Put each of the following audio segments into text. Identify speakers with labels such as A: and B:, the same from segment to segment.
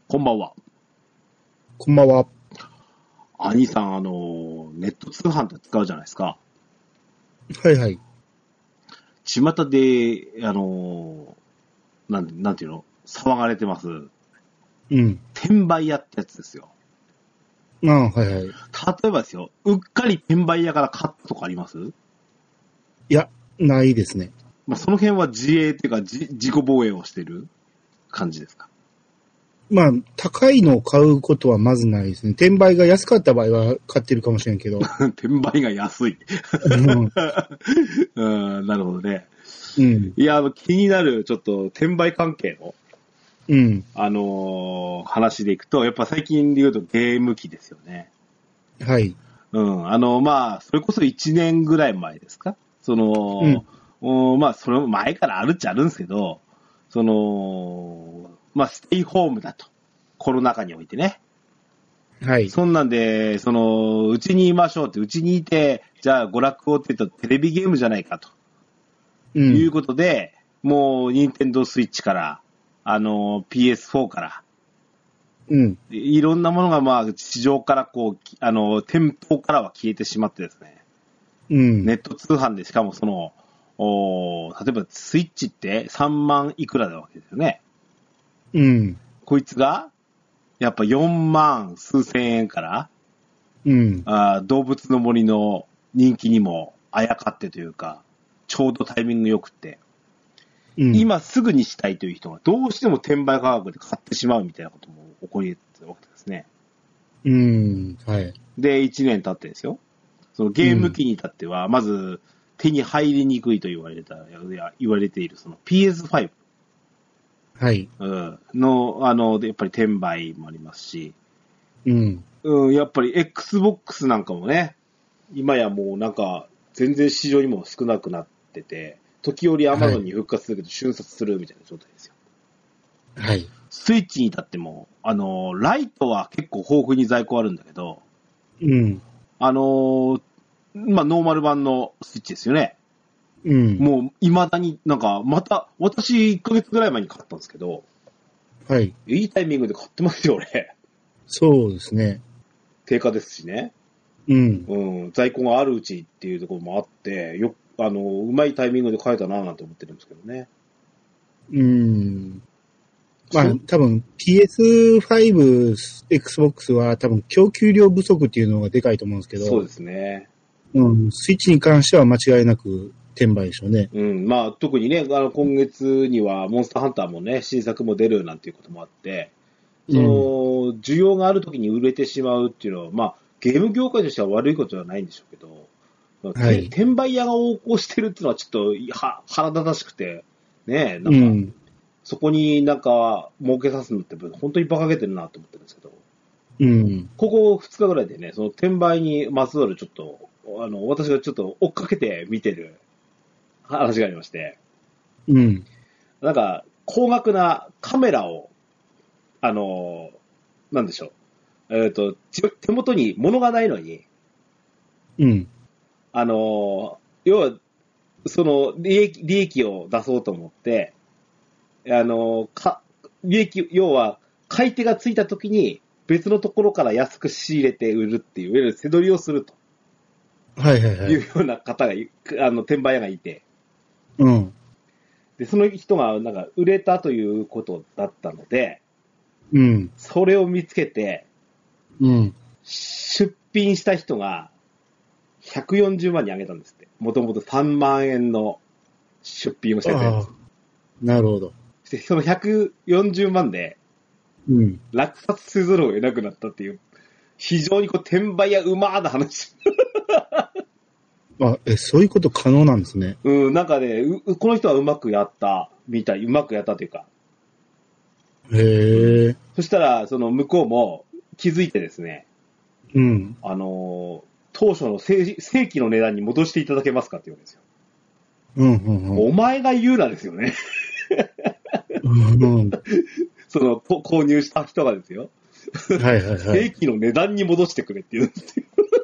A: こんばんは。
B: こんばんは。
A: 兄さん、ネット通販って使うじゃないですか。
B: はいはい。
A: 巷で、なんていうの騒がれてます。
B: うん。
A: 転売屋ってやつですよ。
B: ああ、はいはい。
A: 例えばですよ、うっかり転売屋から買ったとかあります？
B: いや、ないですね。
A: まあ、その辺は自衛っていうか、自己防衛をしてる感じですか？
B: まあ、高いのを買うことはまずないですね。転売が安かった場合は買ってるかもしれんけど。
A: 転売が安い。
B: うん。
A: なるほどね。
B: うん。
A: いや、気になる、ちょっと、転売関係の、
B: うん。
A: 話でいくと、やっぱ最近で言うとゲーム機ですよね。
B: はい。
A: うん。まあ、それこそ1年ぐらい前ですか？まあ、それも前からあるっちゃあるんですけど、まあ、ステイホームだと。コロナ禍においてね。
B: はい。
A: そんなんで、うちにいましょうって、うちにいて、じゃあ娯楽をって言うとテレビゲームじゃないかと。いうことで、もう、ニンテンドースイッチから、PS4 から、いろんなものが、まあ、市場からこう、店頭からは消えてしまってですね。ネット通販でしかも例えばスイッチって3万いくらなわけですよね。こいつが、やっぱ4万数千円から、動物の森の人気にもあやかってというか、ちょうどタイミング良くって、今すぐにしたいという人がどうしても転売価格で買ってしまうみたいなことも起こり得るわけですね。
B: はい。
A: で、1年経ってですよ。そのゲーム機に至っては、まず手に入りにくいと言われているその PS5。
B: はい。
A: やっぱり転売もありますし、やっぱり Xbox なんかもね、今やもうなんか全然市場にも少なくなってて、時折 Amazon に復活するけど瞬殺するみたいな状態ですよ。
B: はい。
A: スイッチに至っても、ライトは結構豊富に在庫あるんだけど、まあ、ノーマル版のスイッチですよね。もう、未だになんか、また、私1ヶ月ぐらい前に買ったんですけど、
B: はい。
A: いいタイミングで買ってますよ、俺。
B: そうですね。
A: 定価ですしね。在庫があるうちっていうところもあって、うまいタイミングで買えたなぁなんて思ってるんですけどね。
B: まあ、多分 PS5、Xbox は多分供給量不足っていうのがでかいと思うんですけど。
A: そうですね。
B: スイッチに関しては間違いなく転売でしょうね。
A: まあ、特にね、今月にはモンスターハンターもね、新作も出るなんていうこともあって、需要がある時に売れてしまうっていうのは、まあ、ゲーム業界としては悪いことではないんでしょうけど、転売屋が横行してるっていうのはちょっと腹立たしくて、ね、なんか、そこになんか儲けさすのって本当に馬鹿げてるなと思ってるんですけど、ここ2日ぐらいでね、その転売にまつわるちょっと、私がちょっと追っかけて見てる話がありまして、なんか、高額なカメラを、なんでしょう、手元に物がないのに、要は、その利益を出そうと思って、利益、要は、買い手がついたときに、別のところから安く仕入れて売るっていう、いわゆる背取りをすると。いうような方が、転売屋がいて。で、その人が、なんか、売れたということだったので、それを見つけて、出品した人が、140万に上げたんですって。もともと3万円の出品をしたやつ。
B: なるほど。
A: で、その140万で、落札せざるを得なくなったっていう、非常に転売屋うまーな話。
B: そういうこと可能なんですね。
A: なんかね、この人はうまくやったみたい、うまくやったというか。そしたら、その向こうも気づいてですね、当初の正規の値段に戻していただけますかって言うんですよ。お前が言うなですよね。その購入した人がですよ。正規の値段に戻してくれって言うんですよ。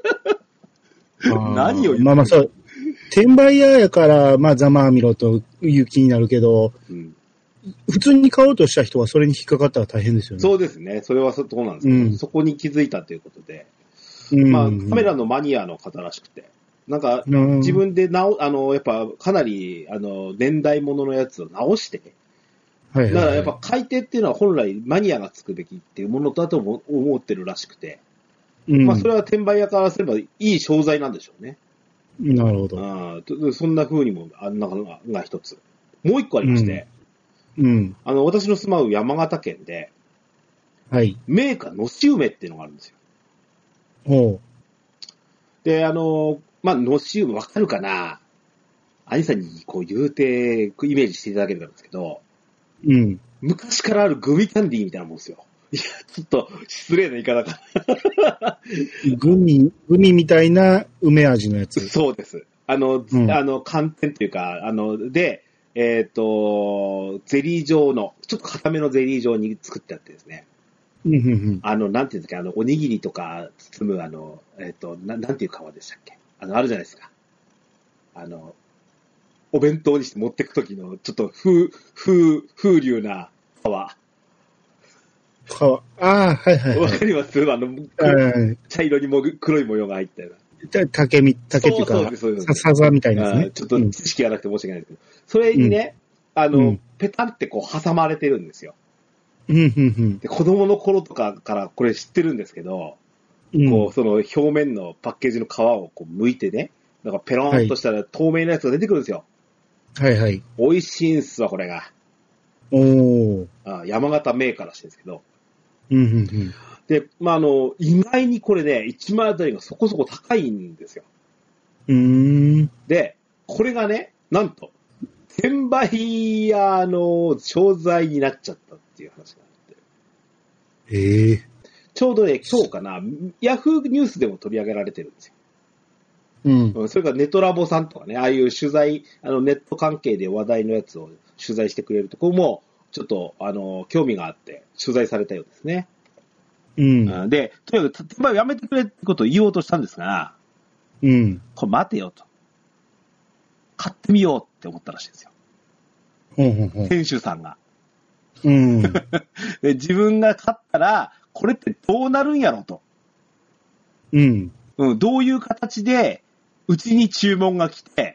A: 何を言ってる
B: まあ転売屋やから、まあざまあみろという気になるけど、 普通に買おうとした人はそれに引っかかったら大変ですよね。
A: そうですね。それはそうなんですけど、
B: うん
A: そこに気づいたということで、
B: ま
A: カメラのマニアの方らしくて、なんか、
B: うん
A: 自分でやっぱかなり、年代物のやつを直して、
B: はいはいはい、
A: だからやっぱ買い手っていうのは本来マニアがつくべきっていうものだと思ってるらしくて、まあそれは転売屋からすればいい商材なんでしょうね。
B: なるほど。
A: そんな風にも、が一つ。もう一個ありまして、私の住まう山形県で、
B: はい。
A: 名家のし梅っていうのがあるんですよ。
B: ほう。
A: で、まあ、のし梅わかるかな？兄さんにこう言うて、イメージしていただければなんですけど、昔からあるグミキャンディーみたいなもんですよ。いや、ちょっと失礼な言い方かな。
B: グミみたいな梅味のやつ。
A: そうです。寒天というか、で、ゼリー状の、ちょっと固めのゼリー状に作ってあってですね。なんていうんですか、おにぎりとか包む、なんていう皮でしたっけ？あるじゃないですか。お弁当にして持ってくときの、ちょっと風流な皮。
B: はいはい。
A: わかります？茶色に黒い模様が入ったような。
B: 竹っていうか、笹みたいなやつね。
A: ちょっと知識がなくて申し訳ないですけど、それにね、ペタンってこう挟まれてるんですよ。で子供の頃とかからこれ知ってるんですけど、こうその表面のパッケージの皮をこう剥いてね、なんかペロンとしたら透明なやつが出てくるんですよ。
B: はいはい。
A: 美味しいんすわ、これが。山形メーカーらしいんですけど。で、まあ、意外にこれね、1枚あたりがそこそこ高いんですよ。で、これがね、なんと、転売屋の商材になっちゃったっていう話があって。ちょうどね、今日かな、ヤフーニュースでも取り上げられてるんですよ。それからネトラボさんとかね、ああいう取材、ネット関係で話題のやつを取材してくれるところも、ちょっと、興味があって取材されたようですね。で、とにかく、転売をやめてくれってことを言おうとしたんですが、これ待てよと。買ってみようって思ったらしいんですよ。店主さんが。で自分が買ったら、これってどうなるんやろと。どういう形で、うちに注文が来て、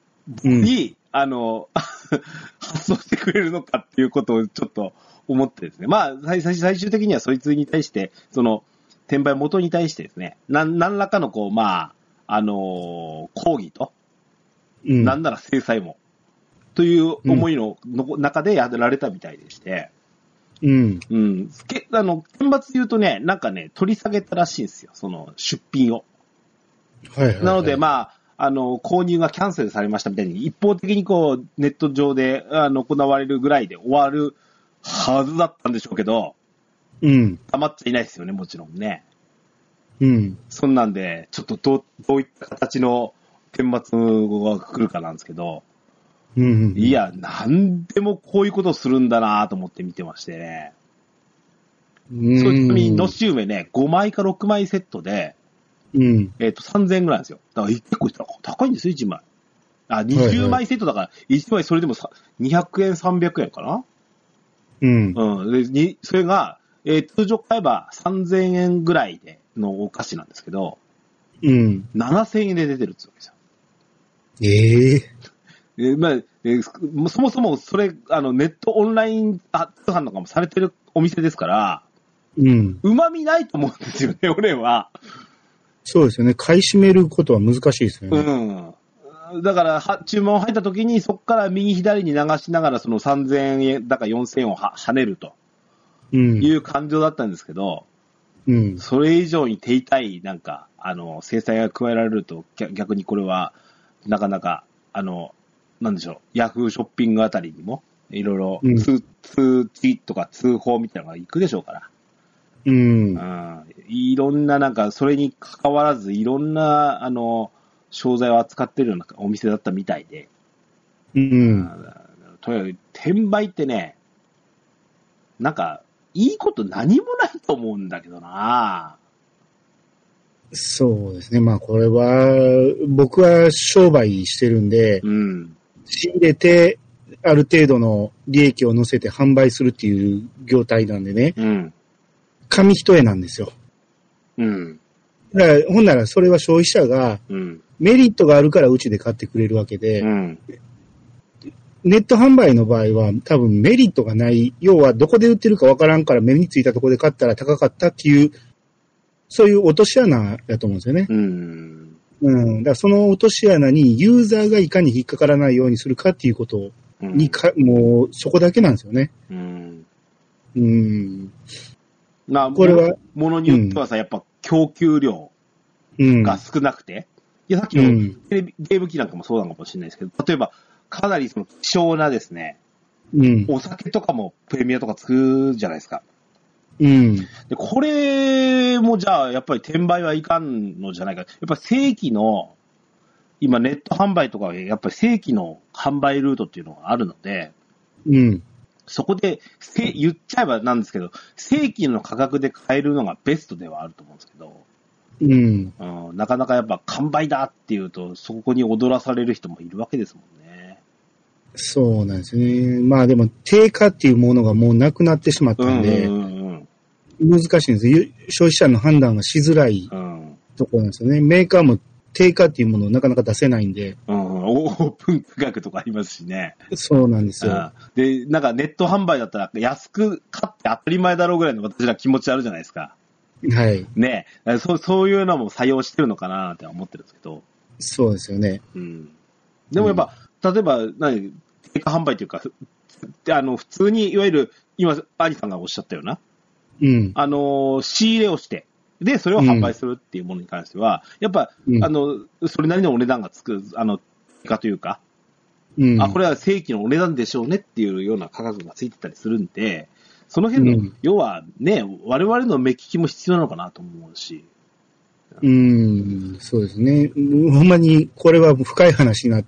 A: 発送してくれるのかっていうことをちょっと思ってですね。まあ、最終的にはそいつに対して、その、転売元に対してですね、何らかのこう、まあ、抗議と、なんなら制裁も、という思いの中でやられたみたいでして、天罰で言うとね、なんかね、取り下げたらしいんですよ、その出品を。なので、まあ、購入がキャンセルされましたみたいに、一方的にこう、ネット上で行われるぐらいで終わるはずだったんでしょうけど、たまっちゃいないですよね、もちろんね。そんなんで、ちょっとどういった形の天罰が来るかなんですけど、いや、なんでもこういうことするんだなと思って見てましてね。そういう意味、のし梅ね、5枚か6枚セットで、3000円ぐらいなんですよ。だから結構高いんですよ、1枚。20枚セットだから、1枚それでも200円、300円かな。でそれが、通常買えば3000円ぐらいでのお菓子なんですけど、7000円で出てるってわけですよ。まあ、そもそもそれ、ネットオンライン通販とかもされてるお店ですから、旨味ないと思うんですよね、俺は。
B: そうですよね。買い占めることは難しいですよね。
A: だから、注文入った時に、そこから右左に流しながら、その3000円だか4000円を跳ねるという感情だったんですけど、それ以上に手痛い、なんか、制裁が加えられると、逆にこれは、なかなか、なんでしょう、ヤフーショッピングあたりにも、いろいろ通知とか通報みたいなのが行くでしょうから。いろんな、なんか、それに関わらず、いろんな、商材を扱ってるようなお店だったみたいで。とにかく、転売ってね、なんか、いいこと何もないと思うんだけどな。
B: そうですね。まあ、これは、僕は商売してるんで、仕入れて、 ある程度の利益を乗せて販売するっていう業態なんでね、
A: うん。
B: 紙一重なんですよ。
A: うん。
B: だからほんならそれは消費者が
A: うん。
B: メリットがあるからうちで買ってくれるわけで、
A: うん。
B: ネット販売の場合は多分メリットがない、要はどこで売ってるかわからんから目についたところで買ったら高かったっていう、そういう落とし穴だと思うんですよね。
A: うん。
B: だからその落とし穴にユーザーがいかに引っかからないようにするかっていうことにもうそこだけなんですよね。これは、
A: ものによってはさ、やっぱ供給量が少なくて、いやさっきのテレビゲーム機なんかもそうなのかもしれないですけど、例えばかなりその希少なですね、お酒とかもプレミアとかつくじゃないですか。で、これもじゃあやっぱり転売はいかんのじゃないか。やっぱり正規の、今ネット販売とかはやっぱり正規の販売ルートっていうのがあるので、そこで言っちゃえばなんですけど、正規の価格で買えるのがベストではあると思うんですけど、なかなかやっぱ完売だっていうと、そこに踊らされる人もいるわけですもんね。
B: そうなんですね。まあでも定価っていうものがもうなくなってしまったんで、難しいんですよ。消費者の判断がしづらいところなんですよね。メーカーも定価っていうものをなかなか出せないんで。
A: オープン価格とかありますしね。
B: そうなんですよ。
A: で、なんかネット販売だったら安く買って当たり前だろうぐらいの私ら気持ちあるじゃないですか。
B: はい。
A: ね、そういうのも採用してるのかなって思ってるんですけど。
B: そうですよね。
A: でもやっぱ、例えば、定価販売というか、普通に、いわゆる、今、アニさんがおっしゃったような、仕入れをして、で、それを販売するっていうものに関しては、やっぱ、それなりのお値段がつく、定価というか、これは正規のお値段でしょうねっていうような価格がついてたりするんで、その辺の、要はね、我々の目利きも必要なのかなと思うし。
B: そうですね。ほんまに、これは深い話になって、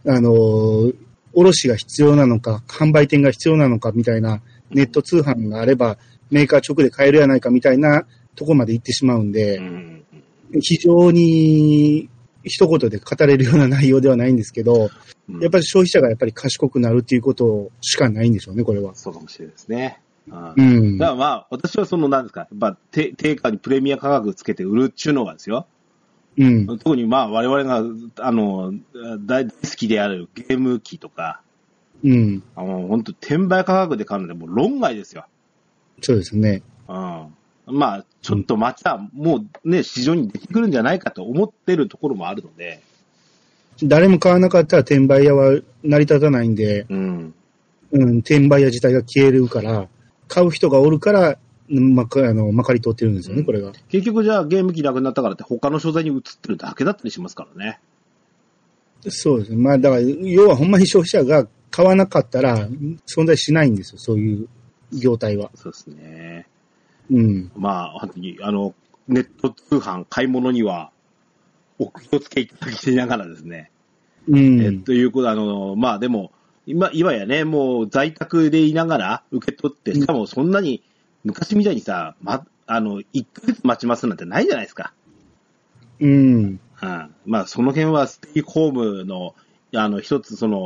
B: 卸が必要なのか、販売店が必要なのかみたいな、ネット通販があれば、メーカー直で買えるやないかみたいなとこまで行ってしまうんで、非常に一言で語れるような内容ではないんですけど、やっぱり消費者がやっぱり賢くなるっていうことしかないんでしょうね、これは。
A: そうかもしれないですね。だからまあ、私はなんですか、やっぱ定価にプレミア価格つけて売るっていうのはですよ。特にまあ、我々が、大好きであるゲーム機とか、本当転売価格で買うのでもう論外ですよ。
B: そうですね。
A: まあ、ちょっとまた、もうね、市場に出てくるんじゃないかと思ってるところもあるので。
B: 誰も買わなかったら転売屋は成り立たないんで、転売屋自体が消えるから、買う人がおるから、まかり通ってるんですよね、これが。
A: 結局じゃあゲーム機なくなったからって他の商材に移ってるだけだったりしますからね。
B: そうですね。まあだから、要はほんまに消費者が買わなかったら存在しないんですよ、そういう業態は。
A: そうですね。
B: ま
A: あ、本当に、ネット通販、買い物には、お気をつけいただきながらですね。ということまあでも、今やね、もう在宅でいながら受け取って、しかもそんなに、昔みたいにさ、1ヶ月待ちますなんてないじゃないですか。まあその辺はステイホームの、一つエン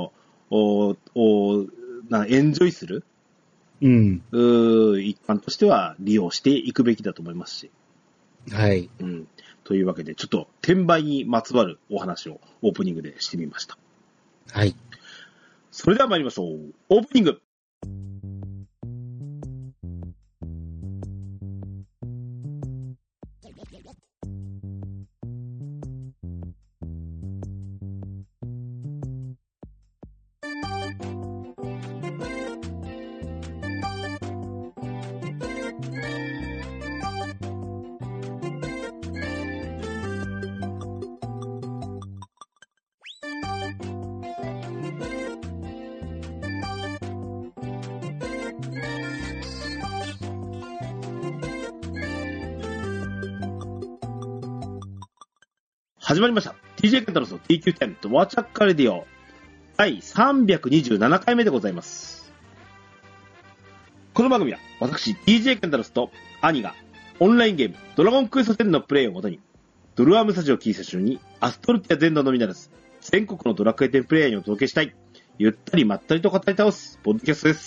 A: ジョイする一環としては利用していくべきだと思いますし。
B: はい。
A: というわけで、ちょっと転売にまつわるお話をオープニングでしてみました。
B: はい。
A: それでは参りましょう。オープニング。始まりました。TJ ケンタロスの TQ10 とワーチャッカレディオ第327回目でございます。この番組は私 TJ ケンタロスと兄がオンラインゲームドラゴンクエスト10のプレイをもとにドルアームスタジオキーセッションにアストルティア全土のみならず全国のドラクエ10プレイヤーにお届けしたいゆったりまったりと語り倒す、ポッドキャストです。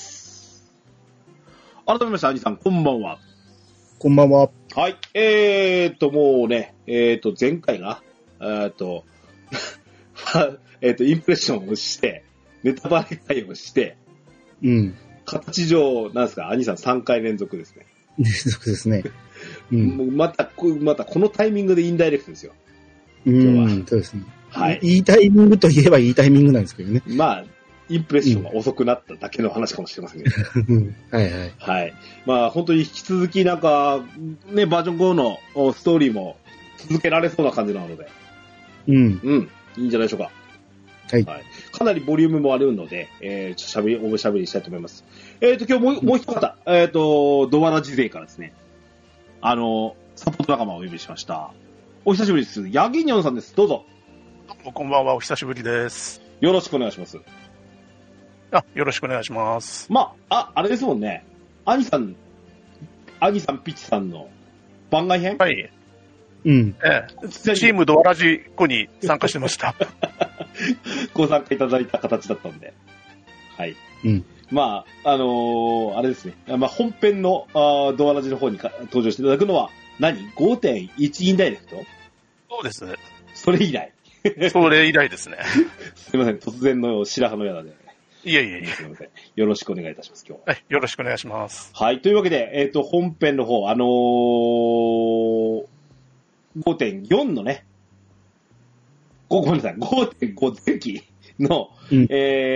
A: 改めまして、兄さん、こんばんは。
B: こんばんは。
A: はい。もうね、前回が、インプレッションをして、ネタバレ会をして、
B: うん。
A: 形上、なんですか、兄さん3回連続ですね。
B: 連続ですね。うん。
A: もうまたこのタイミングでインダイレクトですよ。
B: 今日は。そうですね。
A: はい。
B: いいタイミングといえばいいタイミングなんですけどね。
A: まあ、インプレッションが遅くなっただけの話かもしれませんけど。
B: はいはい。
A: はい。まあ、本当に引き続きなんか、ね、バージョン5のストーリーも続けられそうな感じなので。
B: うん。
A: うん。いいんじゃないでしょうか。
B: はい。
A: はい。かなりボリュームもあるので、ちょっとおしゃべりしたいと思います。今日もう一方、ドワラジ勢からですね、サポート仲間をお呼びしました。お久しぶりです。ヤギニョンさんです。どうぞ。
C: こんばんは、お久しぶりです。
A: よろしくお願いします。
C: よろしくお願いします。
A: まあ、あれですもんね。兄さん、ピッチさんの番外編？
C: はい。
B: うん。
C: チームドアラジ5に参加してました。
A: ご参加いただいた形だったんで。はい。
B: うん。
A: まあ、あれですね。まあ、本編のドアラジの方に登場していただくのは何？ 5.1 インダイレクト？
C: そうですね。
A: それ以来。
C: それ以来ですね。
A: すみません。突然の白羽の矢で。
C: いえいえ。
A: すみません。よろしくお願いいたします、今日は。
C: はい。よろしくお願いします。
A: はい。というわけで、本編の方、5.4 のね、ごめんなさい、5.5 前期の、
B: うん、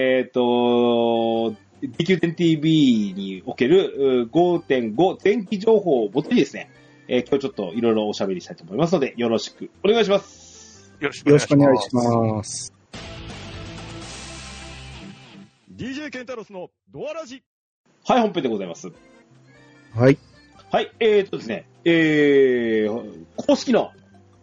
A: DQ10TV における 5.5 前期情報をもとにですね、今日ちょっといろいろおしゃべりしたいと思いますので、よろしくお願いします。
C: よろしくお願いします。
D: DJ ケンタロスのドアラジ。
A: はい、本編でございます。
B: はい。
A: はい、ですね、公式の、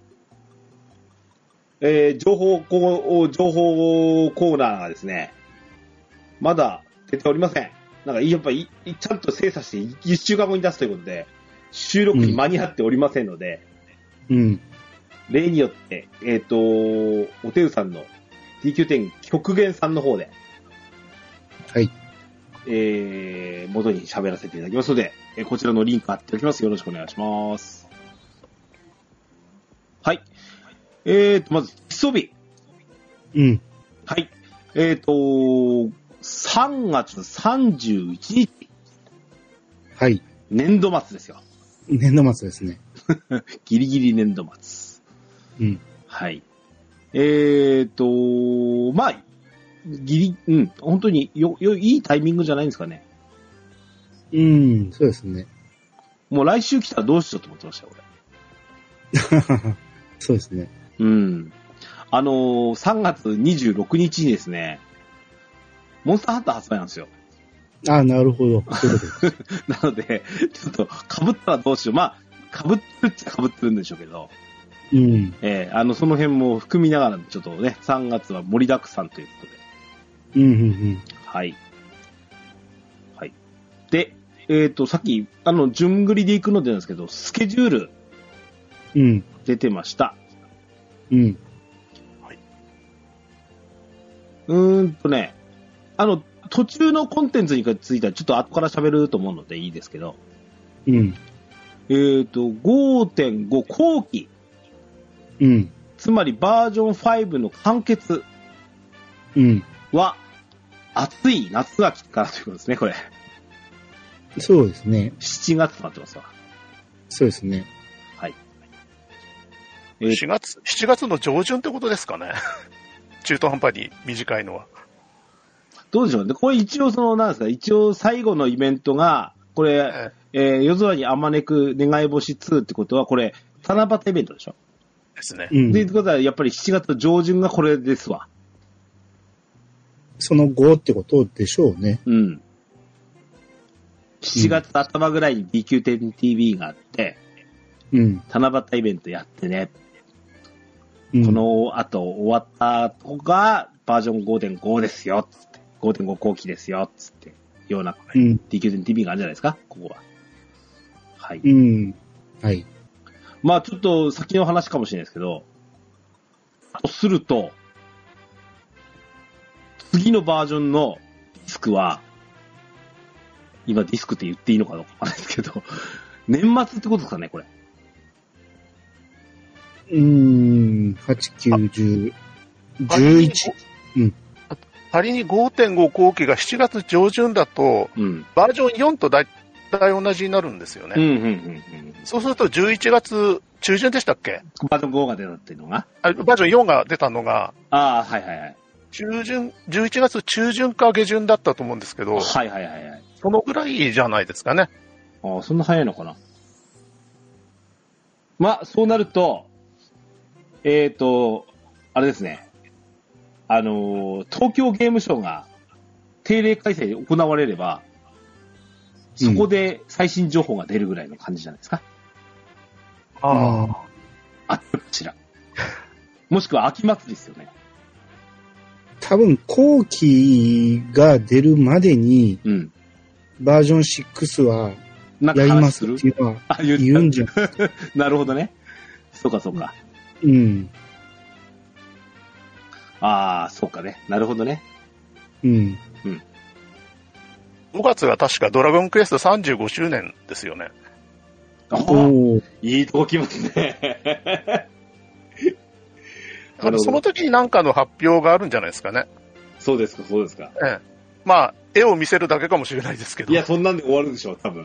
A: 情報コーナーがですね、まだ出ておりません。なんか、やっぱり、ちゃんと精査して1週間後に出すということで、収録に間に合っておりませんので、
B: うん。
A: 例によって、おてうさんの DQ10 極限さんの方で、
B: はい。
A: 元に喋らせていただきますので、こちらのリンク貼っておきます。よろしくお願いします。はい。まず、基礎日。
B: うん。
A: はい。3月31日。
B: はい。
A: 年度末ですよ。
B: 年度末ですね。
A: ギリギリ年度末。
B: うん。
A: はい。まあ、本当にいいタイミングじゃないんですかね。
B: うん、そうですね。
A: もう来週来たらどうしようと思ってました、俺。
B: そうですね。
A: うん。3月26日にですね、モンスターハンター発売なんですよ。
B: あ、なるほど。そういうことです。
A: なので、ちょっと被ったらどうしよう。まあ、被ってるっちゃ被ってるんでしょうけど、
B: うん。
A: その辺も含みながら、ちょっとね、3月は盛りだくさんということで。
B: うん、うん、うん。
A: はい。はい。で、さっき、順繰りで行くのでなんですけど、スケジュール、
B: うん。
A: 出てました。
B: うん。
C: はい。
A: 途中のコンテンツについてはちょっと後から喋ると思うのでいいですけど、
B: うん。
A: 5.5 後期。
B: うん。
A: つまりバージョン5の完結は、暑い夏が来てからということですね、これ。
B: そうですね。
A: 7月となってますわ。
B: そうですね。
A: はい。
C: 7月の上旬ってことですかね。中途半端に短いのは。
A: どうでしょうね。これ一応なんですか、一応最後のイベントが、これ、夜空にあまねく願い星2ってことは、これ、七夕イベントでしょ
C: ですね。
B: うん。
A: で、ってことは、やっぱり7月上旬がこれですわ。
B: その後ってことでしょうね。
A: うん。7月頭ぐらいに DQ10TV があって、
B: うん。
A: 七夕イベントやってね。
B: うん、
A: この後終わったとこがバージョン 5.5 ですよ、つって。5.5 後期ですよ、つって。ような、
B: うん、
A: DQ10TV があるんじゃないですか、ここは。はい。
B: うん。はい。
A: まあちょっと先の話かもしれないですけど、とすると、次次のバージョンのディスクは、今ディスクって言っていいのかどうかわかんないですけど、年末ってことですかね、これ。
B: 8、9、10、11。うん。
C: 仮に 5.5 後期が7月上旬だと、バージョン4と大体同じになるんですよね。そうすると11月中旬でしたっけ？
A: バージョン5が出たっていうのが
C: バージョン4が出たのが、
A: はいはいはい。
C: 11月中旬か下旬だったと思うんですけど、
A: はいはいはいはい。
C: そのぐらいじゃないですかね。
A: そんな早いのかな。まあ、そうなると、あれですね。東京ゲームショウが定例開催で行われれば、そこで最新情報が出るぐらいの感じじゃないですか。あったかしら。もしくは秋祭りですよね。
B: 多分後期が出るまでに、バージョン6はやりますっていうのは言うんじゃん。
A: なるほどね。そうかそうか。そうかね。なるほどね。
C: 5月が確かドラゴンクエスト35周年ですよね。
A: いいとこ来ますね。
C: その時に何かの発表があるんじゃないですかね。
A: そうですか、そうですか。
C: まあ、絵を見せるだけかもしれないですけど。
A: いや、そんなんで終わるでしょう、多分。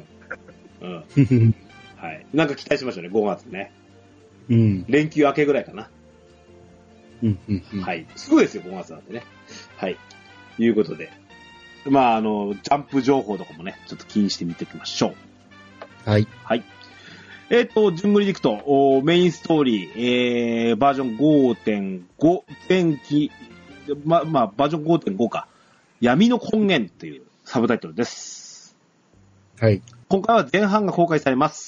A: はい。なんか期待しましょうね、5月ね。連休明けぐらいかな。はい。すぐですよ、5月なんてね。はい。いうことで。まあ、ジャンプ情報とかもね、ちょっと気にしてみていきましょ
B: う。はい。
A: はい。順繰りでいくと、メインストーリー、バージョン 5.5 前期、バージョン 5.5 か。闇の根源っていうサブタイトルです。
B: はい。
A: 今回は前半が公開されます。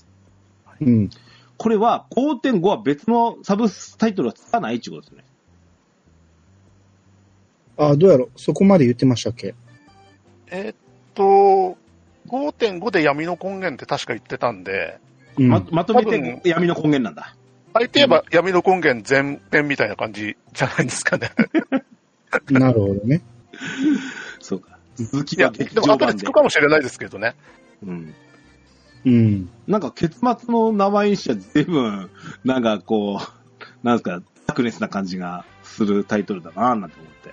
A: これは 5.5 は別のサブタイトルはつかないっていうことですね。
B: どうやろう、そこまで言ってましたっけ
C: ？5.5 で闇の根源って確か言ってたんで、
A: まとめて闇の根源なんだ。
C: あえて言えば闇の根源全編みたいな感じじゃないですかね。
B: なるほどね。
A: そうか。続きは劇場版で。
C: でも後でつくかもしれないですけどね。
A: なんか結末の名前にしては随分、なんかこう、なんですか、ダークネスな感じがするタイトルだなぁなんて思って。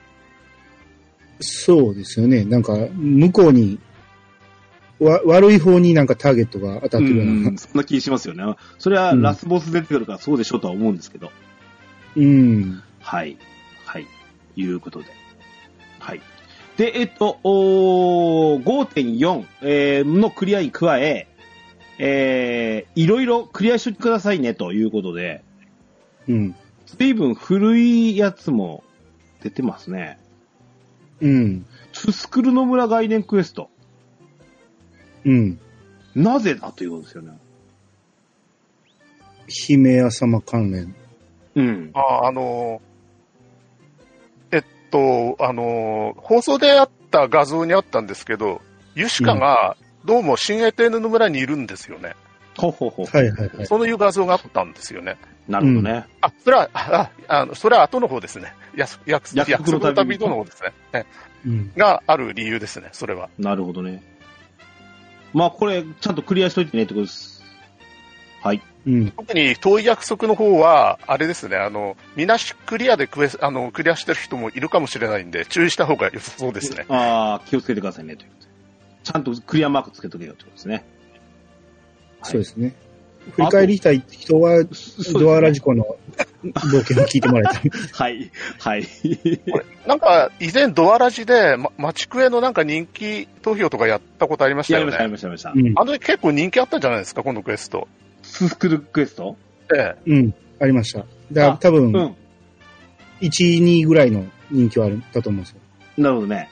B: そうですよね。なんか、向こうに、悪い方になんかターゲットが当たってるような。
A: そんな気しますよね。それはラスボス出てくるからそうでしょうとは思うんですけど。はい。はい。いうことで。はい。で、5.4、のクリアに加え、いろいろクリアしといてくださいねということで、随分古いやつも出てますね。ツスクルの村概念クエスト。なぜだということですよね。
B: 姫屋様関連。
C: 放送であった画像にあったんですけど、ユシカがどうも新エテーヌの村にいるんですよね。そういう画像があったんですよね。
A: なるほどね。
C: それは後の方ですね。約束の旅人の方ですね。がある理由ですね、それは。
A: なるほどね。まあこれ、ちゃんとクリアしといてねってことです。はい。
C: 特に遠い約束の方は、あれですね、みなしクリアでクリアしてる人もいるかもしれないんで、注意した方が良さそうですね。
A: 気をつけてくださいね、ということで。ちゃんとクリアマークつけとけよってことですね。
B: そうですね。振り返りたい人は、ドアラジコの冒険を聞いてもらいたい。
A: はい。はい。
C: なんか、以前ドアラジで、マチクエのなんか人気投票とかやったことありましたよね。
A: やりました。
C: あの時結構人気あったんじゃないですか、このクエスト。
A: スクルクエスト？
B: ありました。多分、1、2ぐらいの人気はあったと思うんですよ。
A: なるほどね。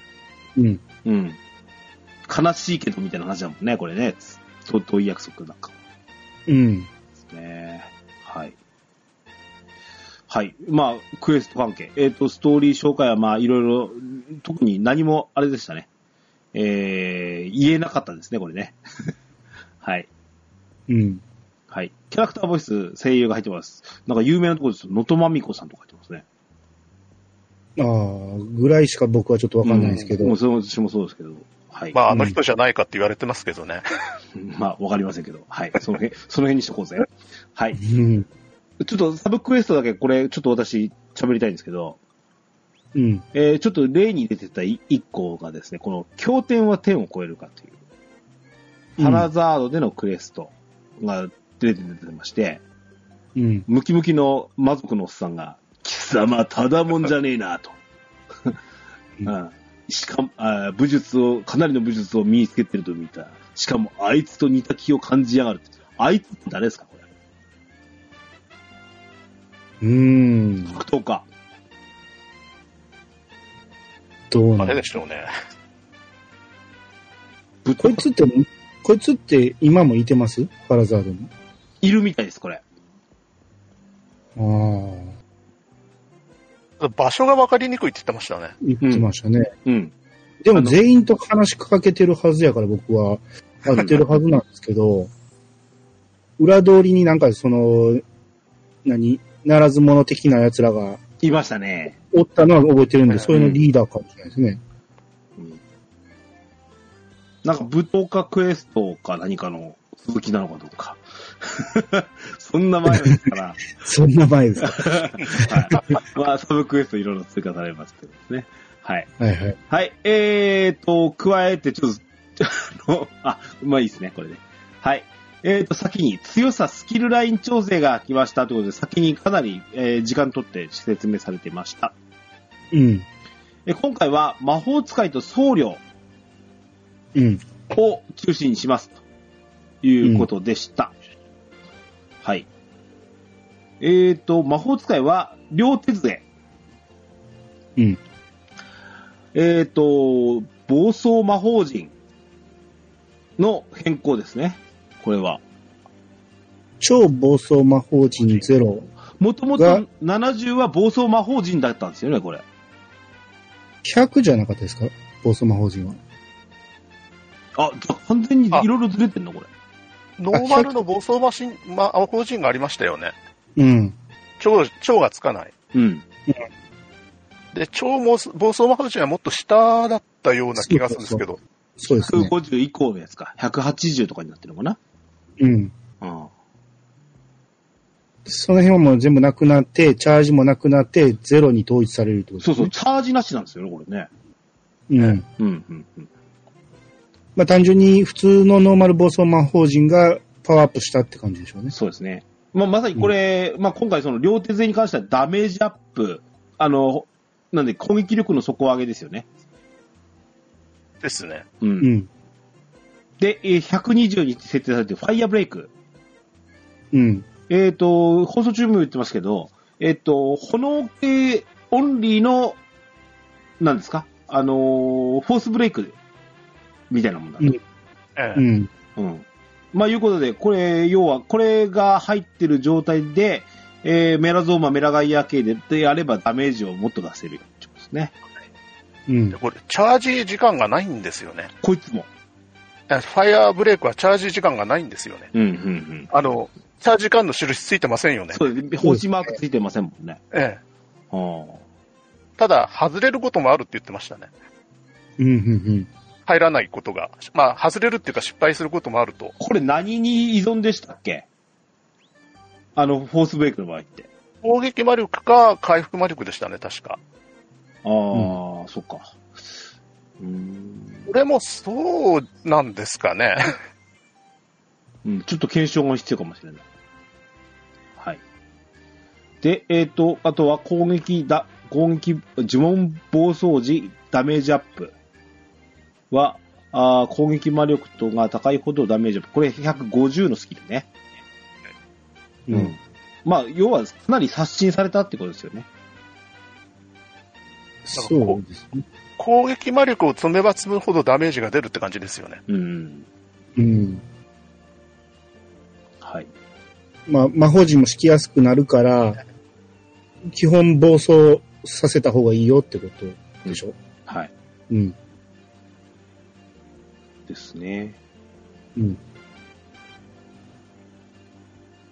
A: 悲しいけどみたいな話だもんね、これね。遠い約束なんか。ですね。はい。はい。まあ、クエスト関係。ストーリー紹介はまあ、いろいろ、特に何もあれでしたね。言えなかったですね、これね。はい。はい。キャラクターボイス、声優が入ってます。なんか有名なところですと、能登まみこさんとか入ってますね。
B: ああ、ぐらいしか僕はちょっとわかんないですけど。
A: もう私もそうですけど。はい。
C: まあ、あの人じゃないかって言われてますけどね。
A: まあ、わかりませんけど。はい。その辺にしとこうぜ。はい。ちょっとサブクエストだけこれ、ちょっと私喋りたいんですけど。ちょっと例に出てた1個がですね、この、経典は天を超えるかという、ハラザードでのクエストが出てまして、ムキムキの魔族のおっさんが、貴様ただもんじゃねえなと。しかもかなりの武術を身につけてると見た。しかもあいつと似た気を感じやがる。あいつって誰ですかこれ。格闘家。
B: どうな
C: あれでしょうね。
B: こいつって今もいてますハラザードに。
A: いるみたいです、これ。
C: 場所が分かりにくいって言ってましたね。
B: 言ってましたね。でも全員と話しかけてるはずやから僕は合ってるはずなんですけど、裏通りになんかならず者的な奴らが
A: いましたね。
B: おったのは覚えてるんで、それのリーダーかもしれないですね。
A: なんか舞踏家クエストか何かの続きなのかどうか。そんな前ですから。
B: そんな前ですか。
A: はい。まあ、サブクエストいろいろ追加されますけどですね。はい。
B: はいはい。
A: はい。加えて、ちょっと、まあいいですね、これで。はい。先に強さスキルライン調整が来ましたということで、先にかなり、時間取って説明されていました。今回は魔法使いと僧侶を中心にしますということでした。はい。魔法使いは両手杖。暴走魔法陣の変更ですね。これは。
B: 超暴走魔法陣ゼロ。
A: もともと70は暴走魔法陣だったんですよね、これ。
B: 100じゃなかったですか暴走魔法陣は。
A: じゃあ完全にいろいろずれてんのこれ。
C: ノーマルの暴走魔法陣がありましたよね。超がつかない。で、超暴走魔法陣はもっと下だったような気がするんですけど。
B: そうですね。
A: 150以降のやつか。180とかになってるのかな。
B: その辺はもう全部なくなって、チャージもなくなって、ゼロに統一されるってことですね。
A: そう、チャージなしなんですよね、これね。
B: まあ単純に普通のノーマル暴走魔法陣がパワーアップしたって感じでしょうね。
A: そうですね。まさにこれ、今回その両手勢に関してはダメージアップ、なんで攻撃力の底上げですよね。
C: ですね。
A: で、120に設定されてるファイヤーブレイク。放送中も言ってますけど、炎系オンリーの、なんですかフォースブレイクみたいなもんだと。まあ、いうことで、要は、これが入ってる状態で、メラゾーマ、メラガイア系でやればダメージをもっと出せるよってことですね。
C: これ、チャージ時間がないんですよね。
A: こいつも。
C: ファイヤーブレイクはチャージ時間がないんですよね。チャージ時間の印ついてませんよね。
A: そうです。星マークついてませんもんね。
C: ただ、外れることもあるって言ってましたね。入らないことが。まあ、外れるっていうか失敗することもあると。
A: これ何に依存でしたっけ？フォースブレイクの場合って。
C: 攻撃魔力か回復魔力でしたね、確か。
A: そっか。
C: これもそうなんですかね。
A: ちょっと検証が必要かもしれない。はい。で、あとは攻撃、呪文暴走時ダメージアップは、攻撃魔力とが高いほどダメージアップ。これ150のスキルね。まあ、要はかなり刷新されたってことですよね。
B: そうですね。
C: 攻撃魔力を積めば積むほどダメージが出るって感じですよね。
A: はい。
B: まあ、魔法陣も敷きやすくなるから、基本暴走させた方がいいよってことでしょ？
A: はい。ですね。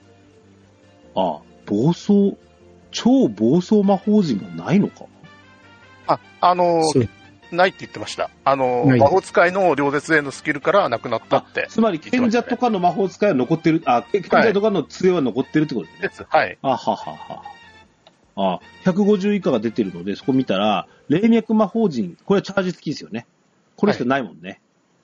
A: 超暴走魔法陣がないのか？
C: ないって言ってました。魔法使いの両絶へのスキルからなくなったって、ね。
A: つまり、賢者とかの魔法使いは残ってる、賢者とかの杖は残ってるってことですね。
C: はい。
A: 150以下が出てるので、そこ見たら、霊脈魔法陣、これはチャージ付きですよね。これしかないもんね。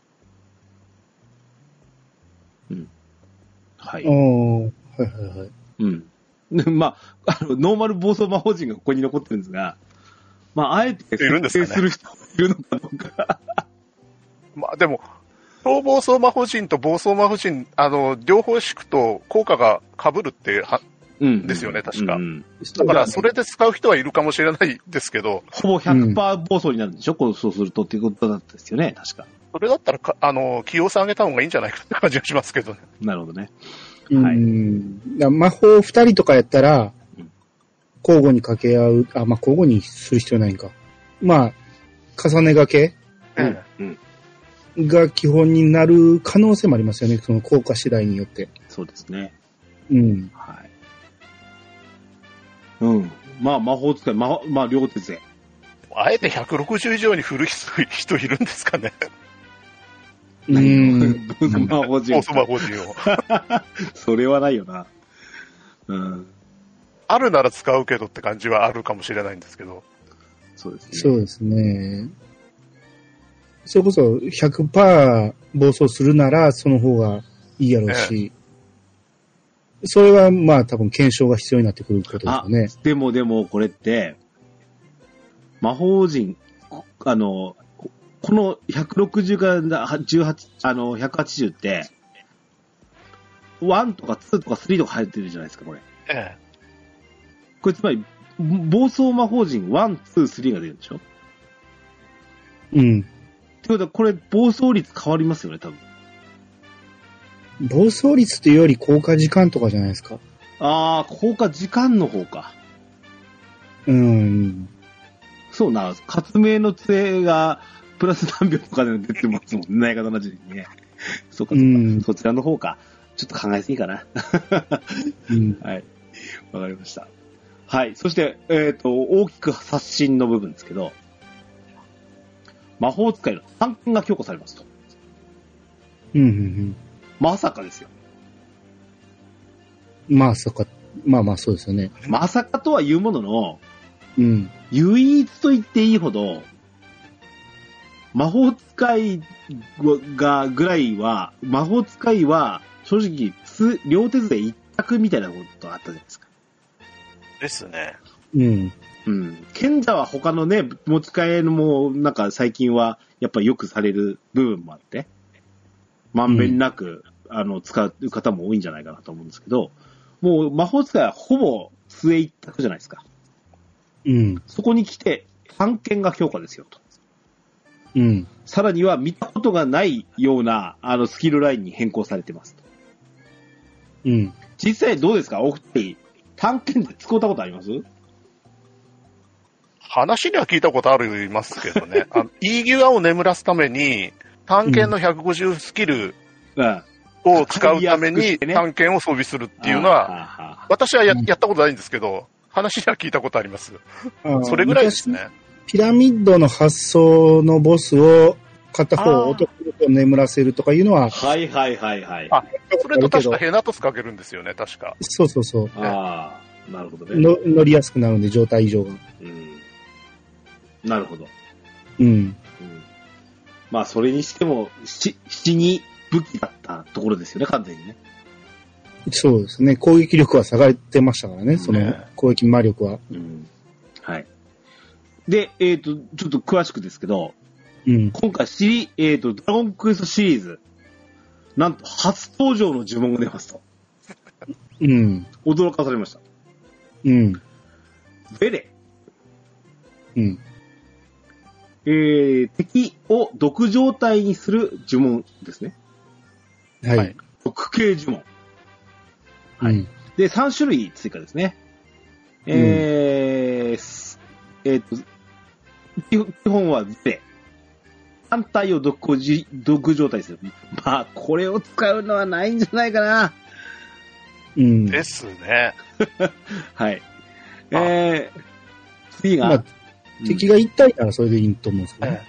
A: はい。はい。
B: はいはいはい。
A: うん。まあ、ノーマル暴走魔法陣がここに残ってるんですが、まあ、あえて設定する人がいるのかどうか。
C: まあ、でも、超暴走魔法陣と暴走魔法陣、両方敷くと効果が被るってですよね、確か。だから、それで使う人はいるかもしれないですけど。
A: ほぼ 100% 暴走になるんでしょ、そうするとっていうことだったですよね、確か。
C: それだったら起用さ上げた方がいいんじゃないかって感じがしますけどね。
A: なるほどね。
B: はい。魔法2人とかやったら、交互に掛け合う、交互にする必要ないんか。重ね掛けが基本になる可能性もありますよね、その効果次第によって。
A: そうですね。
B: はい。
A: 魔法使い、両手勢。
C: あえて160以上に振る人いるんですかね。
A: 魔法陣。
C: 魔法陣を。
A: それはないよな。
C: あるなら使うけどって感じはあるかもしれないんですけど。
B: そうですね。そうですね。それこそ100% 暴走するならその方がいいやろうし、それは多分検証が必要になってくることですよね。
A: でもこれって、魔法陣、この160から180って、1とか2とか3とか入ってるじゃないですか、これ。これつまり、暴走魔法陣1、2、3が出るんでしょ？ってことは、これ、暴走率変わりますよね、多分。
B: 暴走率というより効果時間とかじゃないですか。
A: 効果時間の方か。そうな、革命の杖が、プラス何秒とかで出てますもんね、方の時にね。そうか。そちらの方か。ちょっと考えすぎかな。はい。わかりました。はい。そして、大きく刷新の部分ですけど、魔法使いの探検が強化されますと。まさかですよ。
B: まさか、そうですよね。
A: まさかとは言うものの、唯一と言っていいほど、魔法使いぐらいは、魔法使いは、正直、両手で一択みたいなことあったじゃないですか。
C: ですね。
A: 賢者は他のね、持ち替えのも、最近は、やっぱりよくされる部分もあって、まんべんなく、使う方も多いんじゃないかなと思うんですけど、もう魔法使いはほぼ杖一択じゃないですか。そこに来て、探検が強化ですよと。さらには見たことがないような、スキルラインに変更されてますと。実際どうですか？お二人、探検で使ったことあります？
C: 話には聞いたことありますけどね。イーギュアを眠らすために、探検の150スキルを使うために探検を装備するっていうのは、私はやったことないんですけど、話には聞いたことあります。それぐらいですね。
B: ピラミッドの発想のボスを片方を男の子を眠らせるとかいうのは。
A: はい。
C: それと確かヘナトスかけるんですよね、確か。
B: そう。
A: なるほどね。
B: 乗りやすくなるんで、状態異常が。
A: なるほど。それにしても、七に武器だったところですよね、完全にね。
B: そうですね。攻撃力は下がってましたからね、その攻撃魔力は。
A: はい。で、ちょっと詳しくですけど、今回ドラゴンクエストシリーズ、なんと初登場の呪文が出ますと。驚かされました。ベレ。敵を毒状態にする呪文ですね。
B: はい。
A: 毒系呪文。はい。で、3種類追加ですね。基本はゼレ。単体を毒状態にする。これを使うのはないんじゃないかな。
C: ですね。
A: はい。次が、
B: 敵が一体ならそれでいいと思うんですけどね。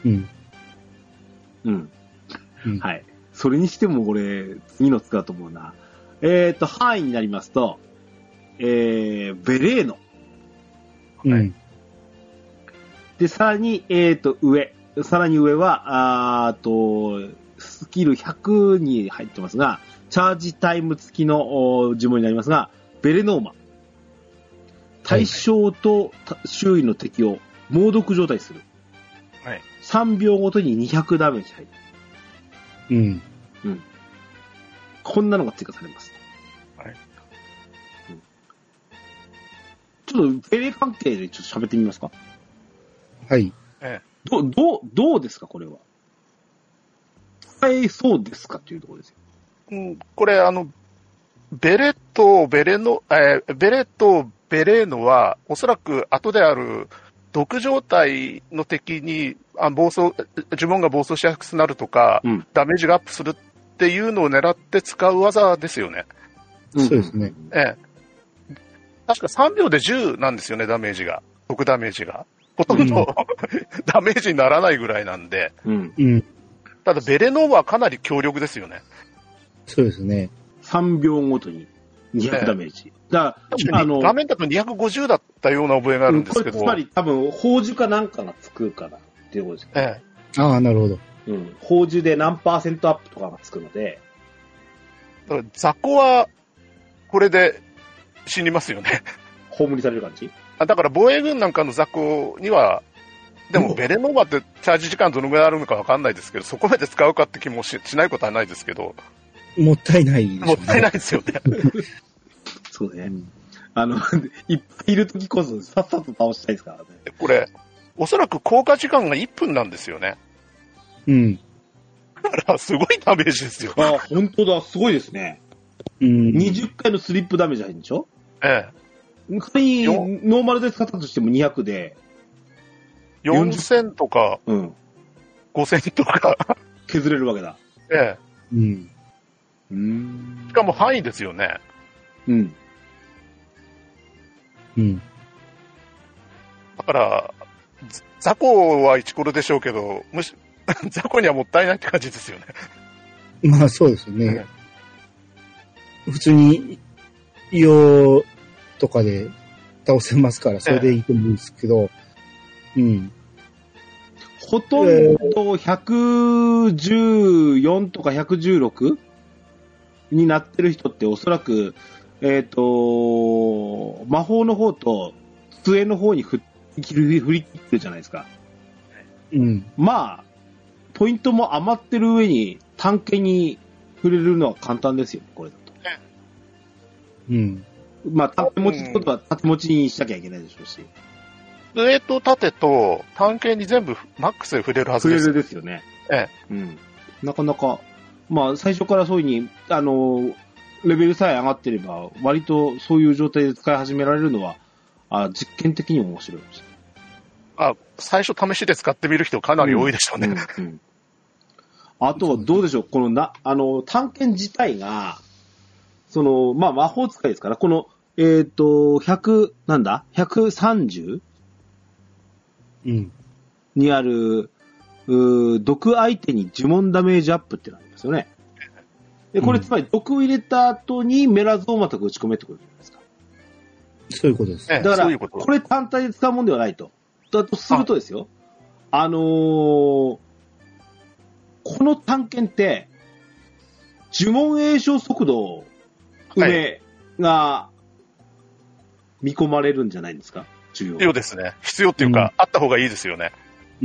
A: はい。それにしても俺、次のつくだと思うな。範囲になりますと、ベレーノ。で、さらに、さらに上は、スキル100に入ってますが、チャージタイム付きの呪文になりますが、ベレノーマ。対象と周囲の敵を猛毒状態する。はい。3秒ごとに200ダメージ入る。こんなのが追加されます。はい。ちょっと、ベレ関係でちょっと喋ってみますか？
B: はい。
A: どうですか、これは。使えそうですかっていうところですよ。
C: これ、ベレとベレーノは、おそらく後である毒状態の敵に呪文が暴走しやすくなるとか、ダメージがアップするっていうのを狙って使う技ですよね。
B: そうですね。
C: 確か3秒で10なんですよね、ダメージが。毒ダメージが。ほとんど、ダメージにならないぐらいなんで。ただ、ベレノーはかなり強力ですよね。
B: そうですね。
A: 3秒ごとに200ダメージ。だ
C: から画面だと250だったような覚えがあるんですけど。
A: これつまり多分、宝珠かなんかがつくからっていうことですね。
B: ああ、なるほど。
A: 宝珠で何%アップとかがつくので。
C: だから雑魚は、これで死にますよね。
A: 葬りされる感じ？
C: だから防衛軍なんかの雑魚には、でもベレノーバってチャージ時間どのぐらいあるのかわかんないですけど、そこまで使うかって気も しないことはないですけど。
B: もったいないですね。
C: もったいないですよね。
A: そうね。いっぱいいるときこそさっさと倒したいですからね。
C: これ、おそらく効果時間が1分なんですよね。だからすごいダメージですよ。
A: あ、本当だ、すごいですね。20回のスリップダメージ入るんでしょ？仮にノーマルで使ったとしても200で。
C: 4000とか、5000とか。
A: 削れるわけだ。
C: しかも範囲ですよね。だから、雑魚は1コロでしょうけど、雑魚にはもったいないって感じですよね。
B: まあそうですよね。普通に、硫黄とかで倒せますから、それでいいと思うんですけど、
A: ほとんど114とか116になってる人っておそらく、魔法の方と杖の方に振り切ってるじゃないですか。まあ、ポイントも余ってる上に単剣に触れるのは簡単ですよ、これだと。まあ、縦持ちってことは縦持ちにしなきゃいけないでしょうし。
C: 上と縦と単剣に全部マックスで触れるはずです。
A: 触れるですよね。なかなか、まあ、最初からそういう風に、レベルさえ上がってれば、割とそういう状態で使い始められるのは、実験的に面白いです。
C: 最初試しで使ってみる人かなり多いでしょうね。
A: あと、どうでしょう、この単剣自体が、まあ、魔法使いですから、この、130? にある、毒相手に呪文ダメージアップってのがありますよね。で、これつまり毒を入れた後にメラゾーマとか打ち込めってことじゃないですか。
B: そういうことです。
A: だから、これ単体で使うもんではないと。だとするとですよ、この単剣って、呪文詠唱速度上が見込まれるんじゃないんですか？重要。
C: 必要ですね。必要っていうか、あった方がいいですよね。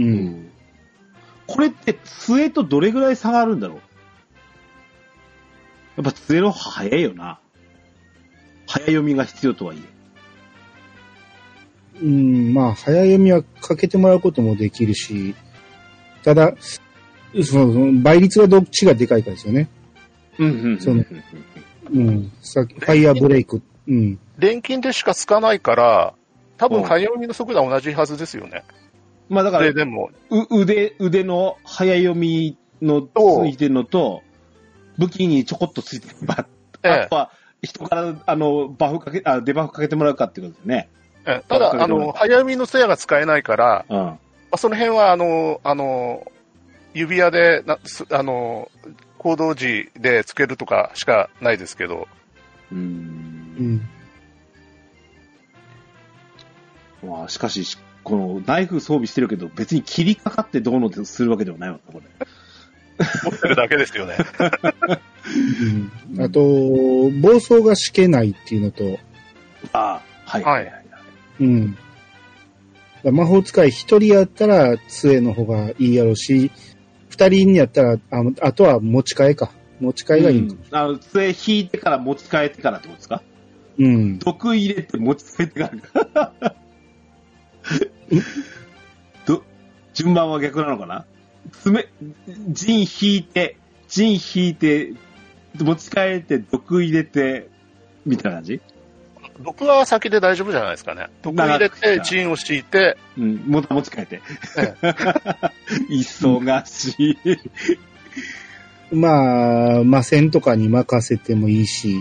A: これって杖とどれぐらい差があるんだろう？やっぱ杖の方が早いよな。早読みが必要とはい
B: え。まあ、早読みはかけてもらうこともできるし、ただ、倍率はどっちがでかいかですよね。さっき、ファイヤーブレイク。
C: 錬金でしかつかないから、多分早読みの速度は同じはずですよね。
A: まあだから、
C: でも
A: 腕の早読みのついてるのと、武器にちょこっとついてる。あとは、人から、デバフかけてもらうかっていうことですよね。
C: ただ、早読みのツヤが使えないから、その辺は、指輪で、行動時でつけるとかしかないですけど。
A: まあ、しかし、このナイフ装備してるけど、別に切りかかってどうのってするわけではないわけ、これ。
C: 持ってるだけですよね。
B: あと、暴走がしけないっていうのと。
A: はい。
B: 魔法使い一人やったら杖の方がいいやろし、二人にやったら、あとは持ち替えか。持ち替えがいい
A: の。杖引いてから持ち替えてからってことですか？毒入れて持ち替えてから順番は逆なのかな？陣引いて、持ち替えて、毒入れて、みたいな感じ？
C: 毒は先で大丈夫じゃないですかね。毒入れて、陣を敷いて。
A: 持ち替えて。忙しい。
B: まあ、魔戦とかに任せてもいいし。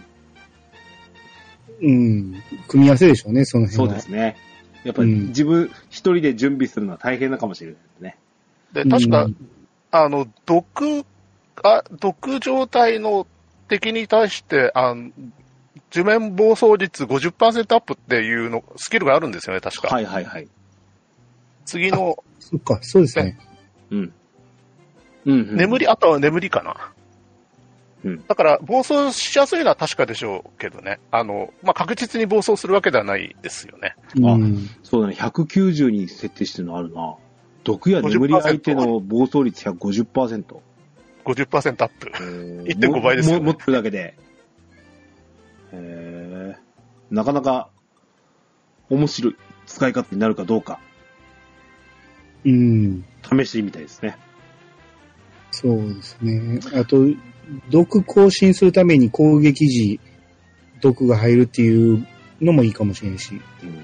B: 組み合わせでしょうね、その辺は。
A: そうですね。やっぱり自分一人で準備するのは大変なかもしれないですね。
C: で、確か、毒状態の敵に対して、地面暴走率 50% アップっていうの、スキルがあるんですよね、確か。次の。
B: そっか、そうですね。
C: あとは眠りかな。だから、暴走しやすいのは確かでしょうけどね。確実に暴走するわけではないですよね。
A: そうだね。190に設定してるのあるな。毒や眠り相手の暴走率 150%。
C: 50% アップ。1.5 倍ですよね。
A: 持ってるだけで。なかなか面白い使い方になるかどうか。試してみたいですね。
B: そうですね。あと、毒更新するために攻撃時、毒が入るっていうのもいいかもしれんし。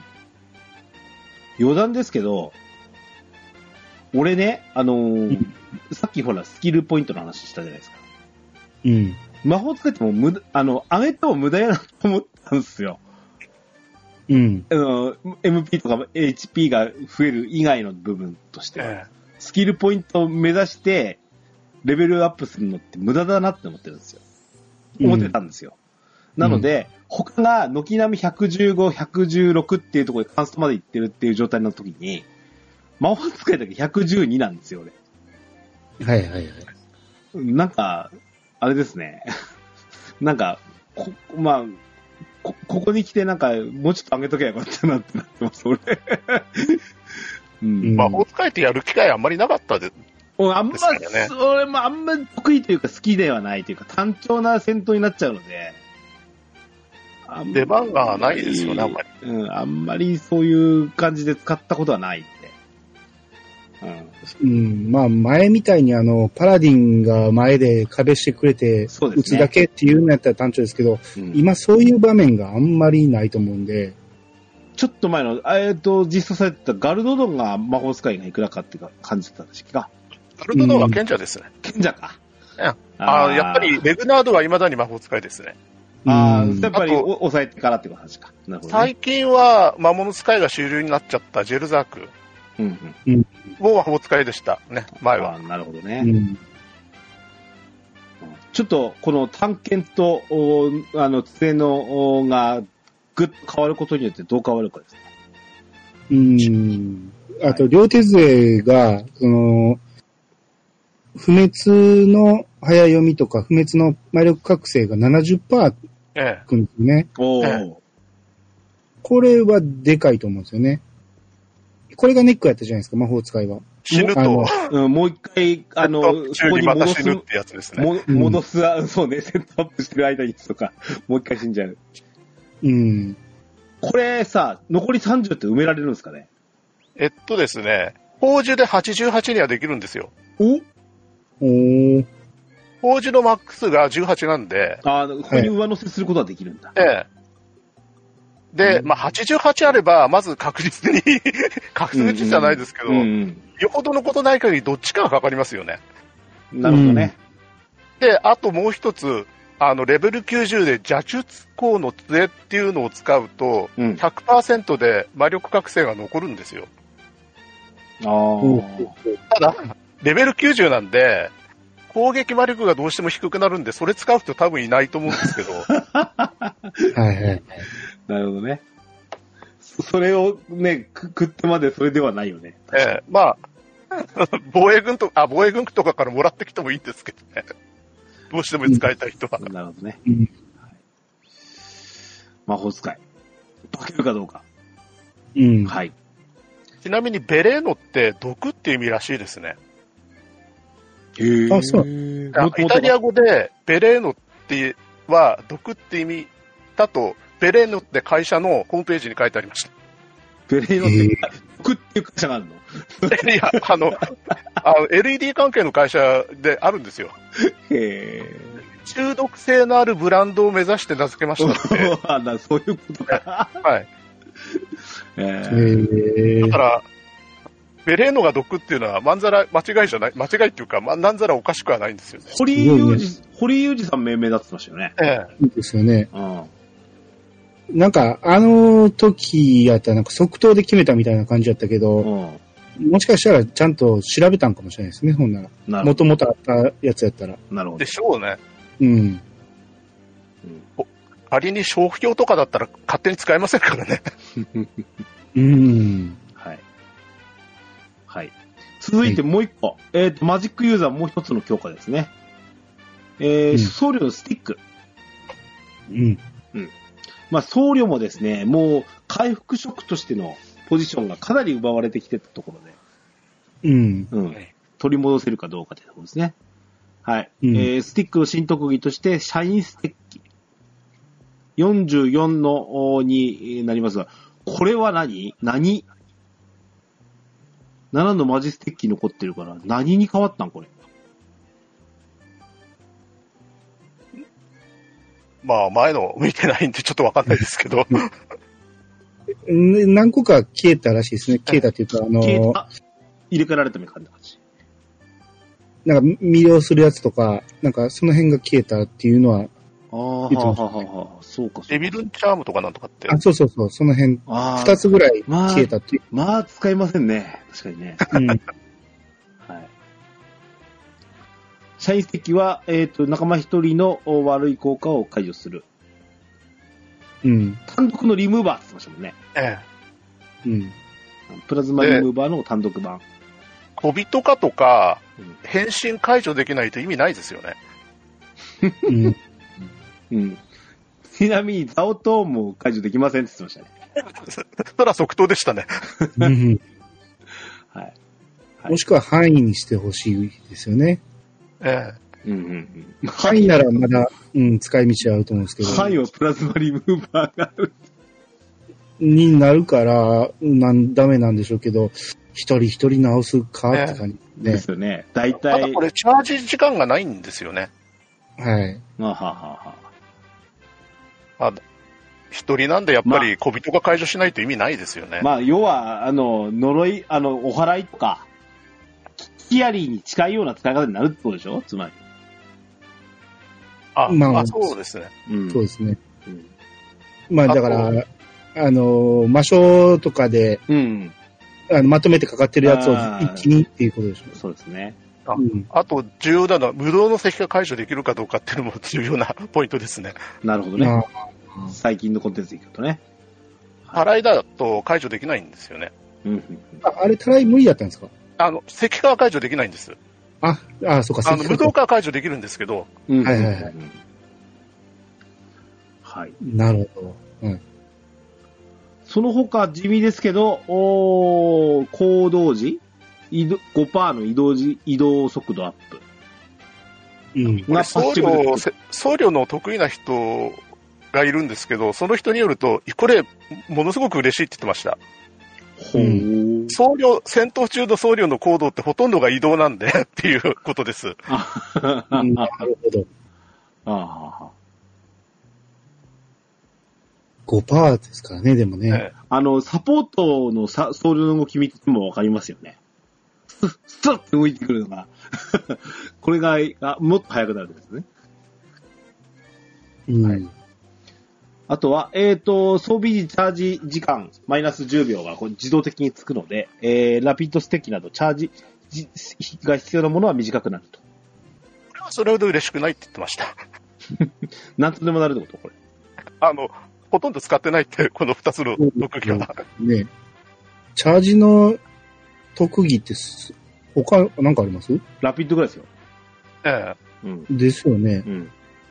A: 余談ですけど、俺ね、さっきほら、スキルポイントの話したじゃないですか。魔法使っても上げても無駄やなと思ったんですよ。MP とか HP が増える以外の部分としては。スキルポイントを目指して、レベルアップするのって無駄だなって思ってるんですよ。思ってたんですよ。なので、他が軒並み115、116っていうところでカンストまで行ってるっていう状態の時に、魔法使いだけ112なんですよ、
B: 俺。
A: なんか、あれですね。なんか、ここに来てなんか、もうちょっと上げとけばよかったなってなってます、俺。
C: 魔法使いってやる機会あんまりなかったです。
A: 俺もあんま得意というか好きではないというか、単調な戦闘になっちゃうので。
C: 出番がないですよね、あんまり。
A: あんまりそういう感じで使ったことはないんで。
B: まあ前みたいにパラディンが前で壁してくれて、撃つだけっていうのやったら単調ですけど、今そういう場面があんまりないと思うんで。
A: ちょっと前の、実装されてたガルドドンが魔法使いがいくらかっていう感じてたんですか？
C: ガルドドンは賢者ですね。
A: 賢者か。
C: やっぱりレグナードは未だに魔法使いですね。
A: やっぱり抑えてからっていう話か。なるほどね。
C: 最近は魔物使いが主流になっちゃったジェルザーク。もう魔法使いでしたね、前は。
A: なるほどね。ちょっと、この探検と、杖のがぐっと変わることによってどう変わるかですね。
B: あと、両手杖が、不滅の早読みとか、不滅の魔力覚醒が 70% くんですね。これはでかいと思うんですよね。これがネックやったじゃないですか、魔法使いは。
C: 死ぬと。
A: もう一回、ここに戻す。
C: 死ぬってやつですね。
A: 戻す、そうね、セットアップしてる間にとか、もう一回死んじゃう。これさ、残り30って埋められるんですかね？
C: ですね、宝珠で88にはできるんですよ。宝珠のマックスが18なんで。
A: ここに上乗せすることはできるんだ。
C: で、88あれば、まず確実に、確実じゃないですけど、よほどのことない限りどっちかがかかりますよね。
A: なるほどね。
C: で、あともう一つ、 レベル90で邪術功の杖っていうのを使うと、100% で魔力覚醒が残るんですよ。ただ、レベル90なんで、攻撃魔力がどうしても低くなるんで、それ使う人多分いないと思うんですけど。
B: はいはい。
A: なるほどね。それをね、食ってまでそれではないよね。
C: まあ、防衛軍とかからもらってきてもいいんですけどね。どうしても使いたい人は。
A: なるほどね。はい、魔法使い。解けるかどうか。はい。
C: ちなみにベレーノって毒って意味らしいですね。
B: あ、そう。
C: イタリア語でベレーノっては毒って意味だと、ベレーノって会社のホームページに書いてありました。
A: ベレーノって毒っていう会社があるの？
C: いや、LED 関係の会社であるんですよ。中毒性のあるブランドを目指して名付けましたって。
A: そういうことか。
C: はい。だから、ベレーノが毒っていうのはまんざら間違いじゃない、間違いっていうか、なんざらおかしくはないんですよね。
A: 堀井雄二さん命名だってましたよね。
B: いいですよね。なんか、時やったらなんか即答で決めたみたいな感じだったけど、もしかしたらちゃんと調べたんかもしれないですね、ほんなら。もともとあったやつやったら。
A: なるほど。
C: でしょうね。仮に商標とかだったら勝手に使えませんからね。
A: はい。はい。続いてもう一個。マジックユーザーもう一つの強化ですね。僧侶のスティック。まあ、僧侶もですね、もう回復職としてのポジションがかなり奪われてきてたところで、取り戻せるかどうかというところですね。はい。スティックの新特技として、シャインステッキ。44のになりますが、これは何 ?7 のマジステッキ残ってるから、何に変わったんこれ。
C: まあ、前の見てないんでちょっとわかんないですけど。
B: 何個か消えたらしいですね。消えたっていうか、
A: 消えた。入れ替えられたみたいな感じ。
B: なんか、魅了するやつとか、なんか、その辺が消えたっていうのは、
A: そうか。
C: デビルンチャームとかなんとかって。
B: そう、その辺、2つぐらい消えたっていう。
A: まあ、使いませんね。確かにね。はい。シャインステッキは、仲間一人の悪い効果を解除する。単独のリムーバーって言ってましたもんね。プラズマリムーバーの単独版。
C: 小人化とか、変身解除できないと意味ないですよね。
A: ちなみに、ザオトーンも解除できませんって言ってましたね。
C: そら即答でしたね。
A: はい。
B: もしくは範囲にしてほしいですよね。範囲ならまだ、使い道はあると思うんですけど。
A: 範囲はプラズマリムーバーがある。
B: になるから、ダメなんでしょうけど、一人一人直すかって感じ
A: ですよね。大体。
C: ただこれ、チャージ時間がないんですよね。
B: はい。
C: 一人なんでやっぱり小人が解除しないと意味ないですよね。
A: まあ、要は、呪い、お祓いとか、ヒアリーに近いような使い方になるってことでしょつまり。
C: そうですね。
B: そうですね。まあ、だから、魔性とかで、まとめてかかってるやつを一気にっていうことでしょ。
A: そうですね。
C: あと、重要なのは、無道の石が解除できるかどうかっていうのも重要なポイントですね。
A: なるほどね。最近のコンテンツでいくとね。
C: 払いだと解除できないんですよね。
B: あれ、たらい無理だったんですか？
C: 石化は解除できないんです。
B: そうか、
C: 無道化は解除できるんですけど。
A: はい。
B: なるほど。
A: その他、地味ですけど、行動時、5% の移動速度アップ。
C: 僧侶の得意な人がいるんですけど、その人によると、これ、ものすごく嬉しいって言ってました。戦闘中の僧侶の行動ってほとんどが移動なんでっていうことです。
B: なるほど。5% ですからね、でもね。
A: サポートの僧侶の動き見てもわかりますよね。スッと動いてくるのが、これがもっと速くなるんですね。
B: はい。
A: あとは、装備時チャージ時間、マイナス10秒がこう自動的につくので、ラピッドステッキなどチャージが必要なものは短くなると。
C: それほど嬉しくないって言ってました。
A: なんとでもなるってことこれ。
C: ほとんど使ってないって、この2つの特技は。
B: ね。チャージの特技って、他、なんかあります？
A: ラピッドぐらいですよ。
C: え
B: え。うん。ですよね。
A: うん。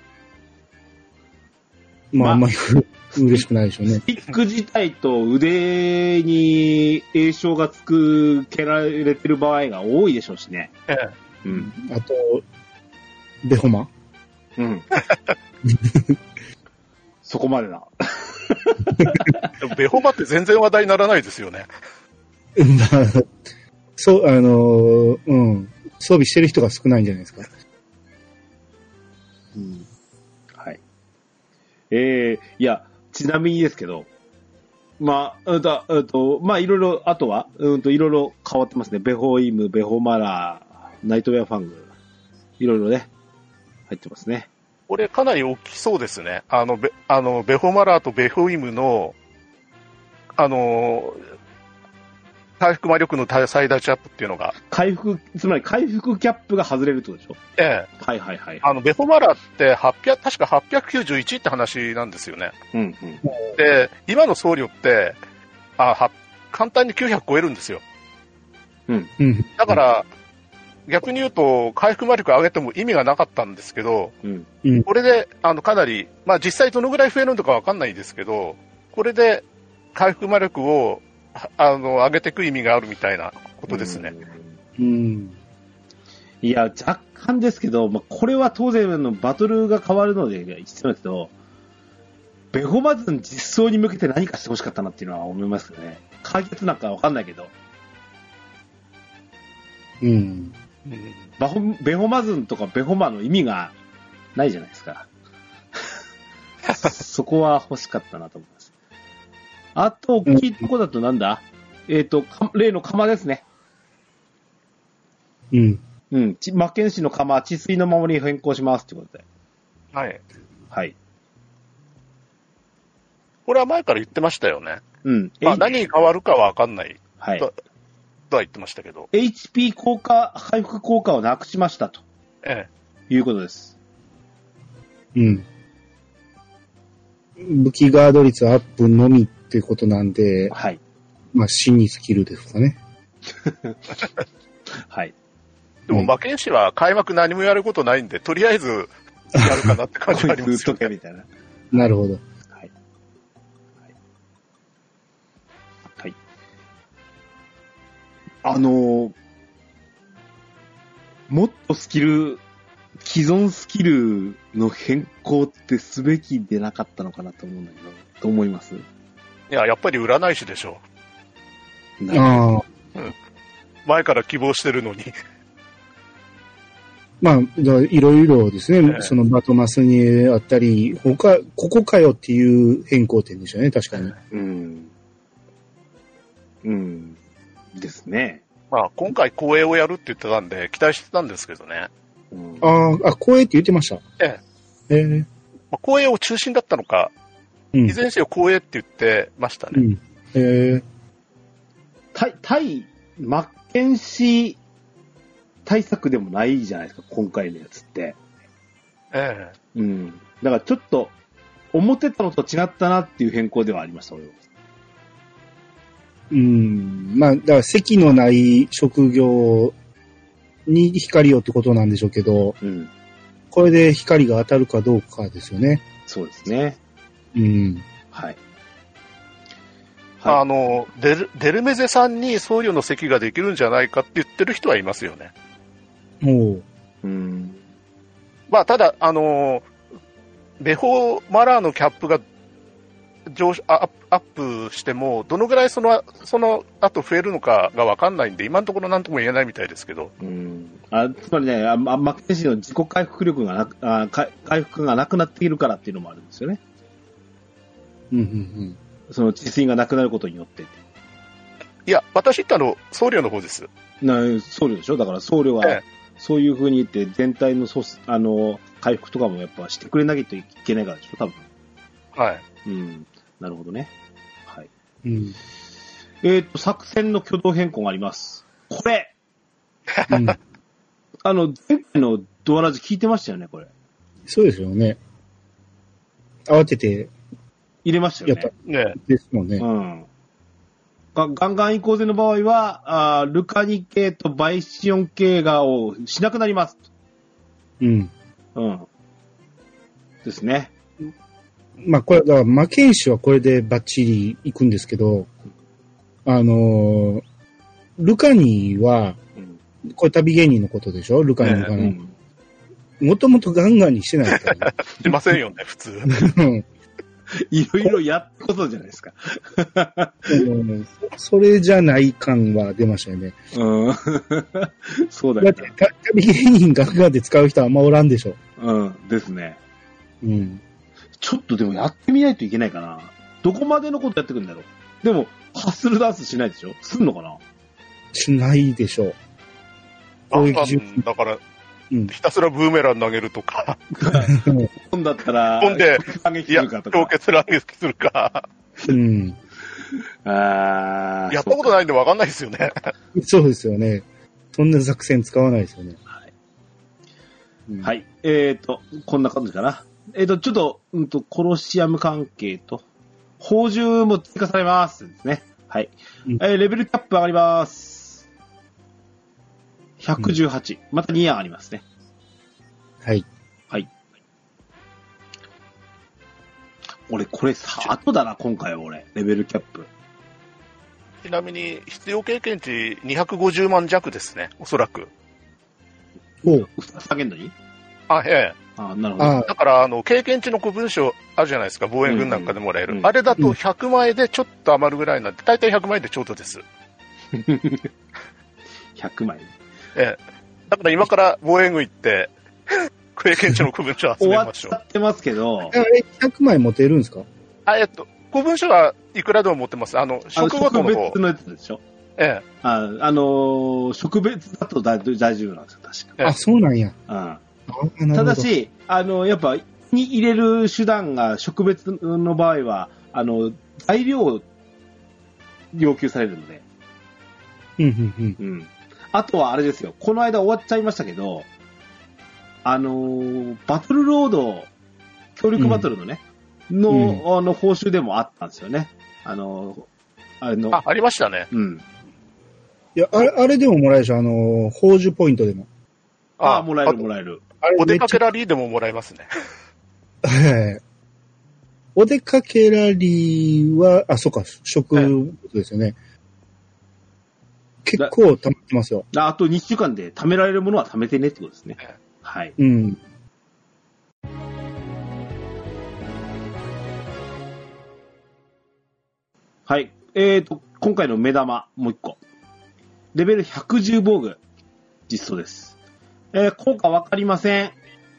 B: まあ、あんまり嬉しくないでしょうね。
A: スティック自体と腕に栄称がつけられてる場合が多いでしょうしね。
C: ええ。
B: うん。あと、ベホマ？
A: うん。そこまでだ。
C: ベホマって全然話題にならないですよね。
B: まあ、そう、うん。装備してる人が少ないんじゃないですか。
A: うん。はい。いや、ちなみにですけど、まあ、まあ、いろいろ、あとは、いろいろ変わってますね。ベホイム、ベホマラー、ナイトウェアファング、いろいろね、入ってますね。
C: これかなり大きそうですね。ベホマラーとベホイムの、回復魔力の最大値アップっていうのが。
A: つまり回復キャップが外れるってことでしょ？
C: ええ。
A: はいはいはい。
C: ベホマラーって確か891って話なんですよね。
A: うんうん。
C: で、今の僧侶って、簡単に900超えるんですよ。
A: うん。
C: だから、逆に言うと、回復魔力上げても意味がなかったんですけど、
A: うん、
C: これで、かなり、まあ実際どのぐらい増えるのかわかんないですけど、これで回復魔力を、上げていく意味があるみたいなことですね。
A: いや、若干ですけど、まあ、これは当然のバトルが変わるので必要ですけど、ベホマズン実装に向けて何かしてほしかったなっていうのは思いますよね。解決なんかわかんないけど。ベホマズンとかベホマの意味がないじゃないですか。そこは欲しかったなと思います。あと、大きいとこだとなんだ？例の釜ですね。
B: うん。
A: マッケンシーの釜、治水の守りに変更しますってことで。
C: はい。
A: はい。
C: これは前から言ってましたよね。
A: うん。
C: まあ、何に変わるかはわかんない。
A: はい。
C: とは言ってましたけど。
A: HP 回復効果をなくしましたと。いうことです。
B: うん。武器ガード率アップのみってことなんで、
A: はい。
B: まあ、真にスキルですかね。
A: はい。
C: でも、魔剣士は開幕何もやることないんで、とりあえずやるかなって感じがありますよね。
A: みたいな。
B: なるほど。
A: はい。はい。もっと既存スキルの変更ってすべきでなかったのかなと思うんだけど、どう思います？
C: いや、やっぱり占い師でしょう。
B: ああ。
C: 前から希望してるのに。
B: まあ、いろいろですね、そのバトマスにあったり、ここかよっていう変更点でしょうね、確かに。
A: ですね。
C: まあ、今回公営をやるって言ってたんで、期待してたんですけどね。
B: 公営って言ってました。
C: 公営を中心だったのか、いずれにせよ公営って言ってましたね。
A: 対マッケンシー対策でもないじゃないですか、今回のやつって。だからちょっと、思ってたのと違ったなっていう変更ではありました、俺は。
B: まあ、だから席のない職業に光をってことなんでしょうけど、これで光が当たるかどうかですよね。
A: そうですね。はい。
C: デルメゼさんに僧侶の席ができるんじゃないかって言ってる人はいますよね。まあ、ただ、ベホマラーのキャップがアップしても、どのぐらいその後増えるのかが分かんないんで、今のところ何とも言えないみたいですけど。
A: つまりね、マッケンシーの自己回復力が回復がなくなっているからっていうのもあるんですよね。その治水がなくなることによって。
C: いや、私言ったの、僧侶の方です。僧
A: 侶でしょ？だから僧侶は、そういう風に言って全体の回復とかもやっぱしてくれなきゃいけないからでしょ、多分。
C: はい。
A: うん。なるほどね。はい。
B: うん。
A: 作戦の挙動変更があります。これ、
B: うん、
A: 前回のドアラジ聞いてましたよね、これ。
B: そうですよね。慌てて
A: 入れましたよね。
C: ね。
B: ですもんね。
A: うん。ガンガン移行勢の場合は、ルカニ系とバイシオン系をしなくなります。
B: うん。
A: うん。ですね。
B: まあ、これ、だから魔剣士はこれでバッチリ行くんですけど、ルカニは、これ旅芸人のことでしょ、ルカニのかな。もともとガンガンにしてないからね。
C: しませんよね、普通。
A: いろいろやってこそじゃないですか。
B: それじゃない感は出ましたよね。
A: うん。そうだよね。
B: だって旅芸人ガンガンで使う人はあんまおらんでしょ。
A: うん、ですね。
B: うん。
A: ちょっとでもやってみないといけないかな。どこまでのことやってくるんだろう。でも、ハッスルダンスしないでしょ？すんのかな？
B: しないでしょう。
C: だから、ひたすらブーメラン投げるとか。
A: 今だったら、
C: 飛んで、
A: いや、
C: 凍結乱撃するか。
B: うん。
C: やったことないんで分かんないですよね。
B: そうですよね。そんな作戦使わないですよね。
A: はい。はい。こんな感じかな。ちょっと、コロシアム関係と、宝珠も追加されますですね。はい。レベルキャップ上がります。118。また2上がりますね。
B: はい。
A: はい。俺、これさ、後だな、今回は俺。レベルキャップ。
C: ちなみに、必要経験値250万弱ですね、おそらく。
B: おう。
A: 2つ上げんのに？
C: ええ。
A: なるほど。
C: だから、経験値の古文書あるじゃないですか、防衛軍なんかでもらえる。あれだと100枚でちょっと余るぐらいなんで、大体100枚でちょうどです。
A: 100枚。
C: ええ。だから今から防衛軍行って、経験値の古文書集めましょう。
A: 終わっちゃってますけど。
B: 100枚持てるんですか？
C: 古文書はいくらでも持ってます。植ごとの方。
A: 植別のやつでしょ？
C: ええ。
A: 植別だと大丈夫なんですよ、確か。
B: あ、そうなんや。
A: ただし、やっぱ、に入れる手段が植別の場合は、材料を要求されるので。あとはあれですよ、この間終わっちゃいましたけど、バトルロード、協力バトルのね、報酬でもあったんですよね。あ
C: りましたね。
B: いや、あれでももらえるでしょ、宝珠ポイントでも。
A: もらえる。
C: お出かけラリーでももらえますね。
B: お出かけラリーは、そうか、食ですよね。結構貯まってますよ。
A: あと2週間で貯められるものは貯めてねってことですね。はい。はい。今回の目玉、もう一個。レベル110防具、実装です。効果わかりません。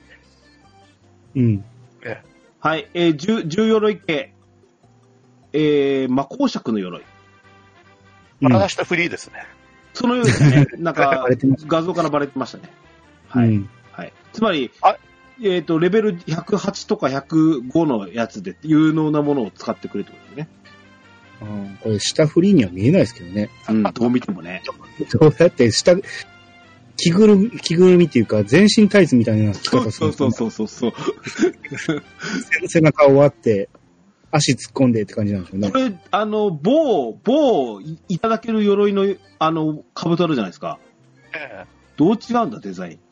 A: はい。10鎧系。魔鉱石の鎧。
C: 話したフリーですね。
A: そのようですね。なんか、画像からバレてましたね。はい。はい。つまり、レベル108とか105のやつで有能なものを使ってくれってことですね。
B: これ、下フリーには見えないですけどね。
A: どう見てもね。
B: どうやって着ぐるみっていうか、全身タイツみたいな着方するんですよ、ね。
A: そう。
B: 背中を割って、足突っ込んでって感じなんですよね。
A: これ、某いただける鎧の、兜あるじゃないですか。どう違うんだ、デザイ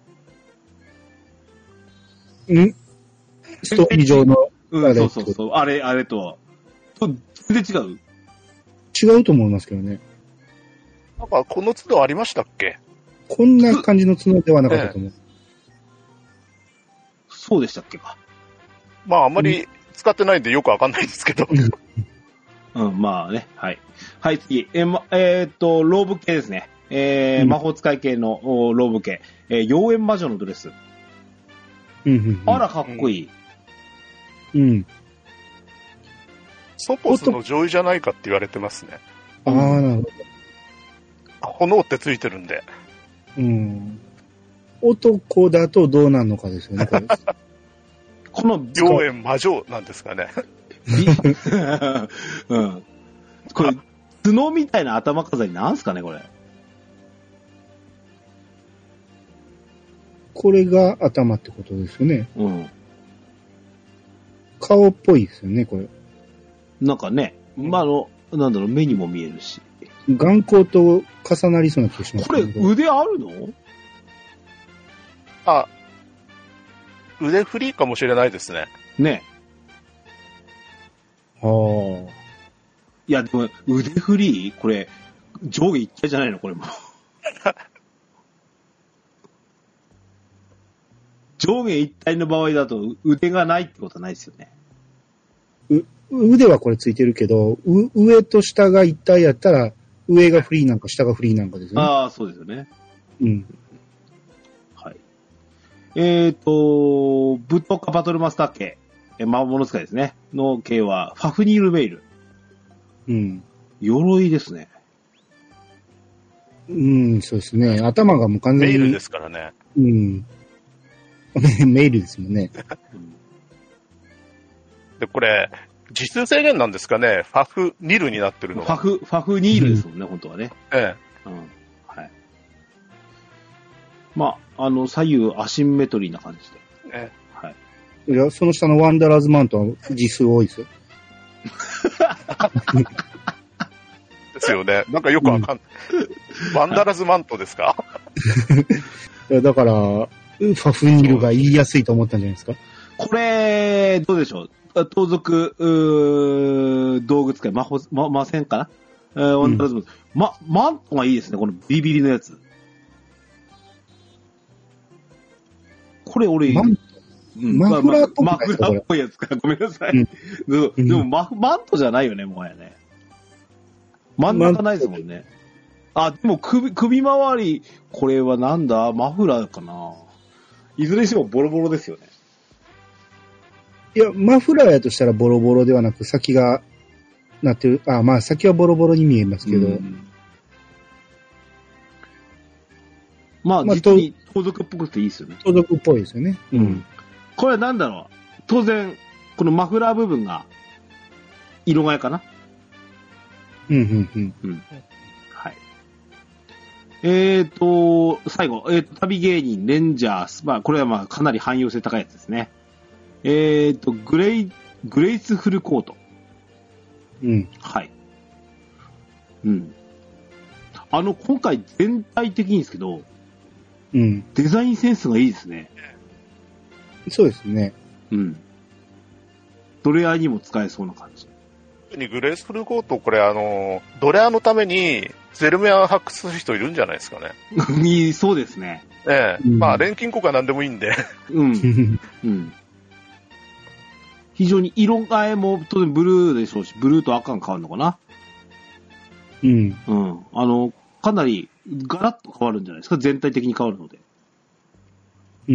A: ン。
B: ストーリー上の。
A: そう。あれと。全然違う？
B: 違うと思いますけどね。
C: なんか、この角ありましたっけ？
B: こんな感じの角ではなかったと思う。
A: そうでしたっけか。
C: まあ、あんまり使ってないんでよくわかんないですけど。
A: まあね。はい。はい、次。ローブ系ですね。魔法使い系のローブ系。妖艶魔女のドレス。あら、かっこいい。
C: ソポスの上位じゃないかって言われてますね。
B: なるほど。
C: 炎ってついてるんで。
B: 男だとどうなるのかですよね、これ。
C: この妖艶魔女なんですかね。
A: うん。これ、角みたいな頭飾りなんすかね、これ。
B: これが頭ってことですよね。
A: うん。
B: 顔っぽいですよね、これ。
A: なんかね、まあ、なんだろう、目にも見えるし。
B: 眼光と重なりそうな気がします、
A: ね。これ、腕あるの？
C: あ、腕フリーかもしれないですね。
A: ね。
B: はあ。
A: いや、でも、腕フリーこれ、上下一体じゃないのこれも。上下一体の場合だと、腕がないってことはないですよね。
B: 腕はこれついてるけど、上と下が一体やったら、上がフリーなんか下がフリーなんかですよね。
A: ああ、そうですよね。
B: うん。
A: はい。ブッドカバトルマスター系、魔物使いですね。の系は、ファフニールベイル。
B: うん。
A: 鎧ですね。
B: うん、そうですね。頭がもう完全に。
C: メイルですからね。
B: うん。メイルですもんね。
C: で、これ、字数制限なんですかね、ファフニルになってるのは。
A: ファフニールですもんね、本当はね。
C: ええ。
A: うん。はい。まあ、左右アシンメトリーな感じで。
C: ええ。
A: はい。
B: いや、その下のワンダラーズマントは字数多いですよ。
C: ですよね。なんかよくわかんない。ワンダラズマントですか？
B: いやだから、ファフニルが言いやすいと思ったんじゃないですか。
A: これ、どうでしょう。盗賊、道具使い、魔戦かな、ワンダラズム、マントがいいですね、このビリビリのやつ。これ俺、
B: マフラーっぽ
A: マフラーっぽいやつか、ごめんなさい。でもマントじゃないよね、もはやね。真ん中ないですもんね。あ、でも首周り、これはなんだマフラーかな。いずれにしてもボロボロですよね。
B: いや、マフラーやとしたらボロボロではなく、先がなってる。まあ先はボロボロに見えますけど。
A: まあ、実に盗賊っぽくていいですよね。
B: 盗賊っぽいですよね。
A: うん。これはなんだろう。当然、このマフラー部分が、色替えかな。
B: うん。
A: はい。最後、旅芸人、レンジャース、まあ、これはまあ、かなり汎用性高いやつですね。グレイスフルコート。
B: うん。
A: はい。うん。今回全体的にですけど、
B: うん。
A: デザインセンスがいいですね。
B: そうですね。
A: うん。ドレアにも使えそうな感じ。
C: グレースフルコート、これドレアのためにゼルメア発掘する人いるんじゃないですかね。
A: そうですね。
C: ええ。まあ、錬金庫かなんでもいいんで。
A: うん。うん。非常に色替えも当然ブルーでしょうし、ブルーと赤が変わるのかな。
B: うん。
A: うん。かなりガラッと変わるんじゃないですか。全体的に変わるので。
B: うん。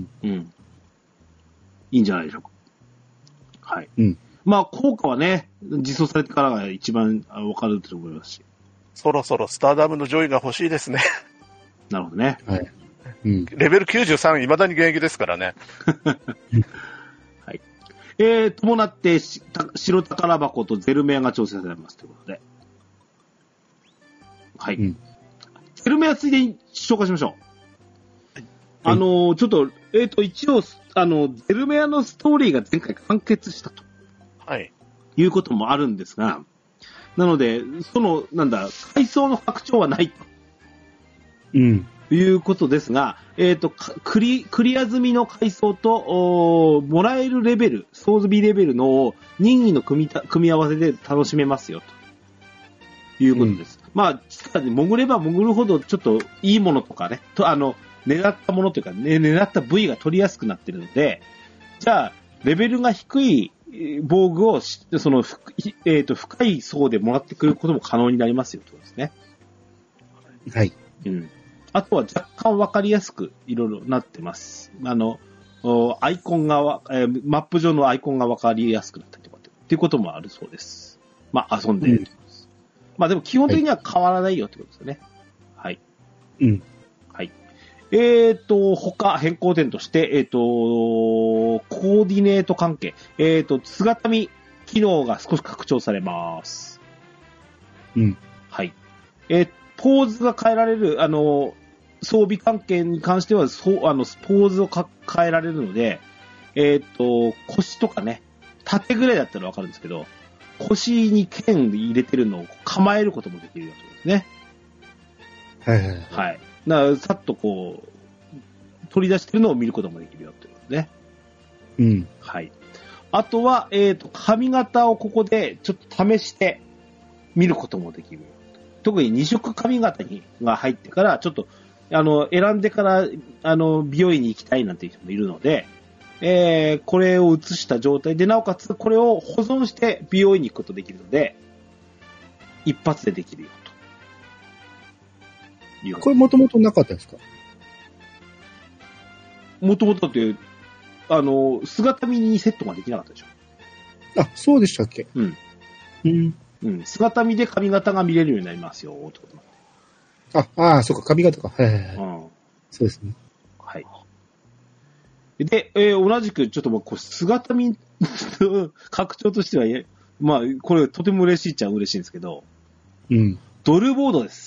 A: いいんじゃないでしょうか。はい。
B: うん。
A: まあ、効果はね、実装されてからが一番わかると思いますし。
C: そろそろスターダムのジョイが欲しいですね。
A: なるほどね。
B: はい。うん。
C: レベル93、未だに現役ですからね。
A: はい。伴って、白宝箱とゼルメアが調整されますということで。はい。ゼルメアついでに紹介しましょう。ちょっと、一応、ゼルメアのストーリーが前回完結したと。
C: はい。
A: いうこともあるんですが、なので、階層の拡張はないと。いうことですが、クリア済みの階層と、もらえるレベル、装備レベルの任意の組み合わせで楽しめますよ、ということです。まあ、地下に潜れば潜るほど、ちょっといいものとかね、狙ったものというか、狙った部位が取りやすくなっているので、じゃあ、レベルが低い防具を、深い層でもらってくることも可能になりますよ、ということですね。
B: はい。
A: うん。あとは若干わかりやすくいろいろなってます。アイコンがマップ上のアイコンがわかりやすくなったりとかっていうこともあるそうです。まあ、遊んでいると思います。まあ、でも基本的には変わらないよってことですよね。はい。
B: うん。
A: はい。 他変更点として、コーディネート関係、姿見機能が少し拡張されます。
B: うん。
A: はい。ポーズが変えられる、装備関係に関しては、ポーズを変えられるので、腰とかね、縦ぐらいだったらわかるんですけど、腰に剣で入れてるのを構えることもできるわけですね。
B: はいはいはい。
A: はい。だからさっとこう、取り出してるのを見ることもできるよってことですね。
B: うん。
A: はい。あとは、髪型をここでちょっと試して見ることもできる。特に2色髪型が入ってから、ちょっと、選んでから、美容院に行きたいなんていう人もいるので、これを写した状態で、なおかつこれを保存して美容院に行くことできるので、一発でできるよと。
B: これもともとなかったですか？
A: もともとっていう、姿見にセットができなかったでしょ。
B: あ、そうでしたっけ？
A: うん。
B: うん。
A: うん。姿見で髪型が見れるようになりますよ、ってこと
B: あ、そうか、髪型か。はいはいはい。うん。そうですね。
A: はい。で、同じく、ちょっともう、姿見拡張としては、まあ、これとても嬉しいっちゃ嬉しいんですけど、
B: うん。
A: ドルボードです。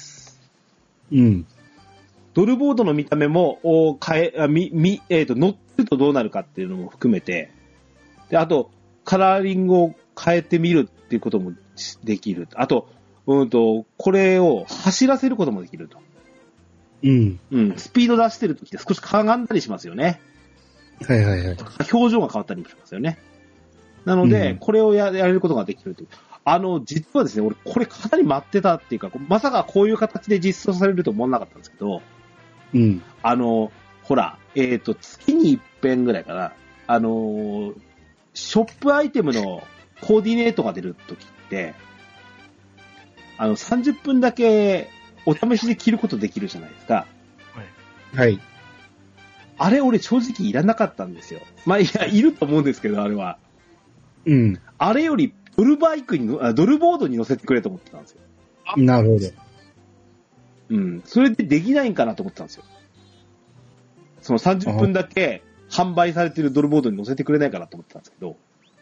B: うん。
A: ドルボードの見た目も、乗ってるとどうなるかっていうのも含めて、で、あと、カラーリングを変えてみるっていうこともできる。あと、これを走らせることもできると。
B: うん。
A: うん。スピード出してるときって少しかがんだりしますよね。
B: はいはいはい。
A: 表情が変わったりもしますよね。なので、これをやれることができるという。実はですね、俺、これかなり待ってたっていうか、まさかこういう形で実装されると思わなかったんですけど、
B: うん。
A: ほら、月に一遍ぐらいかな、ショップアイテムのコーディネートが出るときって、30分だけお試しで着ることできるじゃないですか。
B: はい。
A: あれ、俺正直いらなかったんですよ。まあ、いや、いると思うんですけど、あれは。
B: うん。
A: あれより、ドルボードに乗せてくれと思ってたんですよ。
B: なるほど。
A: うん。それでできないんかなと思ってたんですよ。その30分だけ販売されているドルボードに乗せてくれないかなと思ってたんですけど。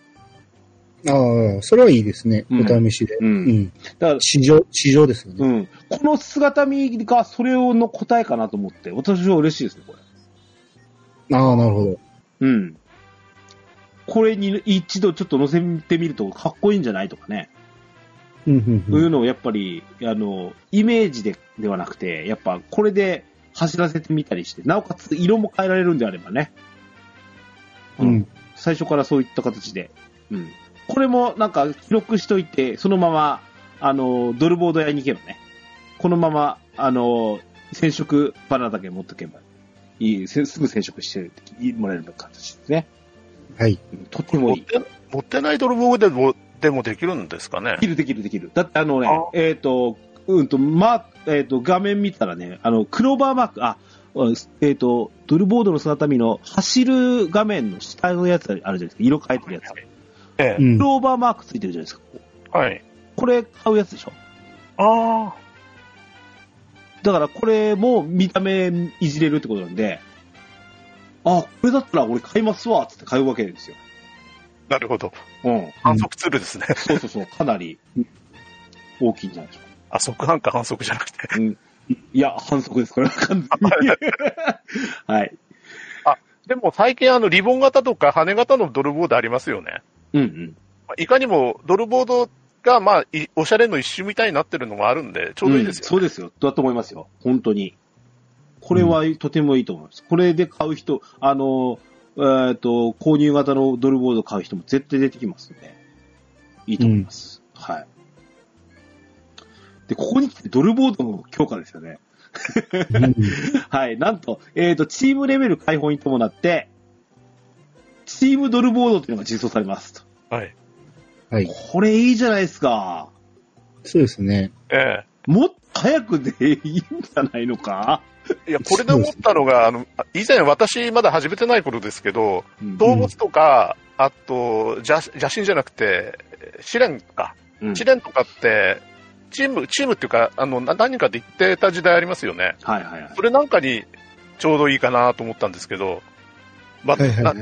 B: ああ、それはいいですね。お試しで。
A: うん。だから、
B: 市場ですよね。
A: うん。この姿見がそれの答えかなと思って、私は嬉しいですね、これ。
B: ああ、なるほど。
A: うん。これに一度ちょっと乗せてみるとかっこいいんじゃないとかね。そういうのをやっぱり、イメージではなくて、やっぱこれで走らせてみたりして、なおかつ色も変えられるんであればね。
B: うん。
A: 最初からそういった形で。うん。これもなんか記録しといて、そのまま、ドルボード屋に行けばね。このまま、染色バナだけ持っとけばいい。すぐ染色してもらえる形ですね。
B: はい。
A: とってもいい。
C: 持ってないドルボードでもできるんですかね？
A: できる。だって画面見たらね、クローバーマーク、ドルボードの姿見の走る画面の下のやつあるじゃないですか。色変えてるやつ。クローバーマークついてるじゃないですか。
C: はい。
A: これ買うやつでしょ？
C: ああ。
A: だからこれも見た目いじれるってことなんで、これだったら俺買いますわ、つって買うわけですよ。
C: なるほど。
A: うん。
C: 反則ツールですね。
A: そう。かなり大きいんじゃないでしょうか。
C: 側反か反則じゃなくて。
A: うん。いや、反則です。これは完全に。はい。
C: でも最近リボン型とか羽型のドルボードありますよね。
A: うんうん。
C: いかにもドルボードが、まあ、おしゃれの一種みたいになってるのがあるんで、ちょうどいいですよね。
A: そうですよ。だと思いますよ。本当に。これはとてもいいと思います。これで買う人、購入型のドルボード買う人も絶対出てきますんで、いいと思います。はい。で、ここに来てドルボードの強化ですよね。はい。なんと、チームレベル開放に伴って、チームドルボードというのが実装されますと。
C: はい。
B: はい。
A: これいいじゃないですか。
B: そうですね。
A: もっと早くでいいんじゃないのか？
C: いや、これで思ったのが、以前私まだ始めてない頃ですけど、動物とか、あと、邪神じゃなくて、試練か。試練とかって、チームっていうか、何人かで言ってた時代ありますよね。
A: はいはいはい。
C: それなんかに、 ちょうどいいかなと思ったんですけど、
B: そう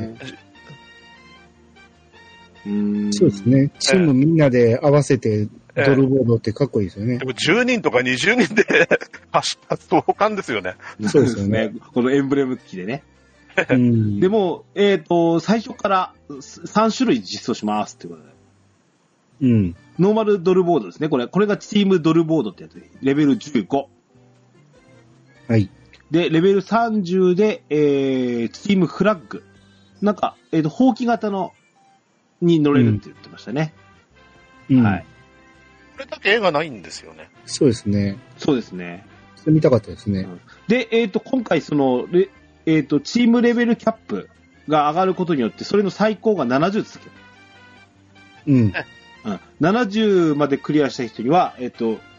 B: ですね。チームみんなで合わせてドルボードってかっこいいですよね。
C: でも10人とか20人で走った壮観ですよね。
B: そうですよね。
A: このエンブレム付きでね。でも、最初から3種類実装しますっていうことで。ノーマルドルボードですね。これがチームドルボードってやつで、レベル15。
B: はい。
A: で、レベル30で、チームフラッグ。なんか、ほうき型に乗れるって言ってましたね。はい。
C: これだけ絵がないんですよね。
B: そうですね。
A: そうですね。
B: それ見たかったですね。
A: で、今回チームレベルキャップが上がることによって、それの最高が70つける。70までクリアした人には、チ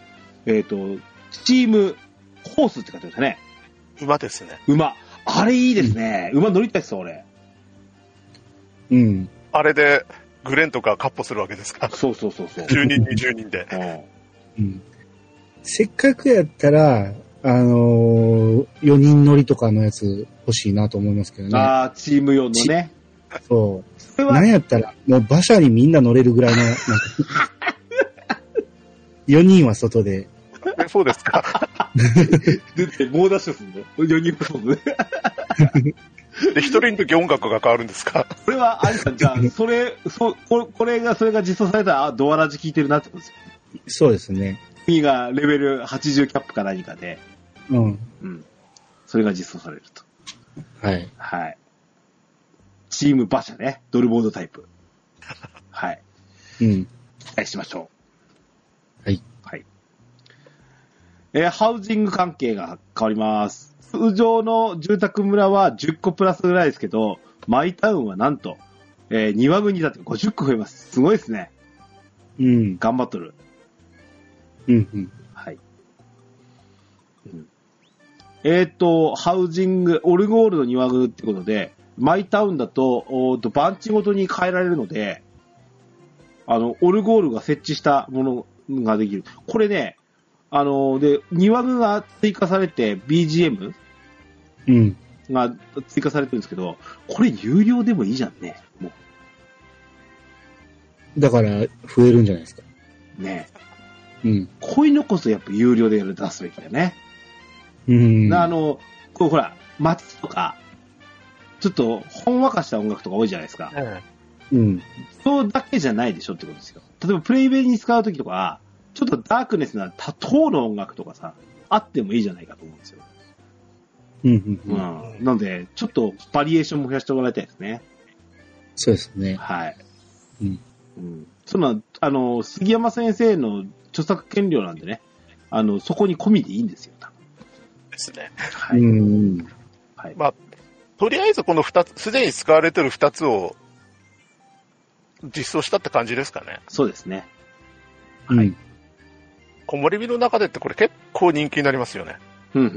A: ームホースって書いてましたね。
C: 馬ですね。
A: 馬。あれいいですね。馬乗りたいっすよ、俺。
C: あれで、グレンとかカッポするわけですか。
A: そう。
C: 10人、20人で。
B: せっかくやったら、4人乗りとかのやつ欲しいなと思いますけどね。
A: チーム用のね。
B: そう。なんやったら、もう馬車にみんな乗れるぐらいの、4人は外で。
C: そうですか。
A: 出て、猛ダッシュすんの ?4 人も外で。
C: で、一人の時音楽が変わるんですか？
A: これは、アリさん、じゃあ、それが実装されたら、ドアラジ聞いてるなってことですよ。
B: そうですね。
A: 次がレベル80キャップか何かで。それが実装されると。
B: はい。
A: はい。チーム馬車ね。ドルボードタイプ。はい。期待しましょ
B: う。はい。
A: ハウジング関係が変わります。通常の住宅村は10個プラスぐらいですけど、マイタウンはなんと、庭群にだって50個増えます。すごいですね。頑張っとる。はい。ハウジング、オルゴールの庭群ってことで、マイタウンだと、番地ごとに変えられるので、オルゴールが設置したものができる。これね、で、庭具が追加されて、BGM が追加されてるんですけど、これ有料でもいいじゃんね、も
B: う。だから、増えるんじゃないですか。
A: ねこういうのこそやっぱ有料で出すべきだよね。これほら、街とか、ちょっとほんわかした音楽とか多いじゃないですか。そうだけじゃないでしょってことですよ。例えばプレイベに使うときとか、ちょっとダークネスな多頭の音楽とかさ、あってもいいじゃないかと思うんですよ。なので、ちょっとバリエーションも増やしてもらいたいですね。
B: そうですね。
A: はい。その、杉山先生の著作権料なんでね、そこに込みでいいんですよ、多分。
C: ですね。
A: はい。
C: はい。まあ、とりあえずこの2つ、すでに使われてる2つを実装したって感じですかね。
A: そうですね。はい。
C: 木漏れ日の中でってこれ結構人気になりますよね。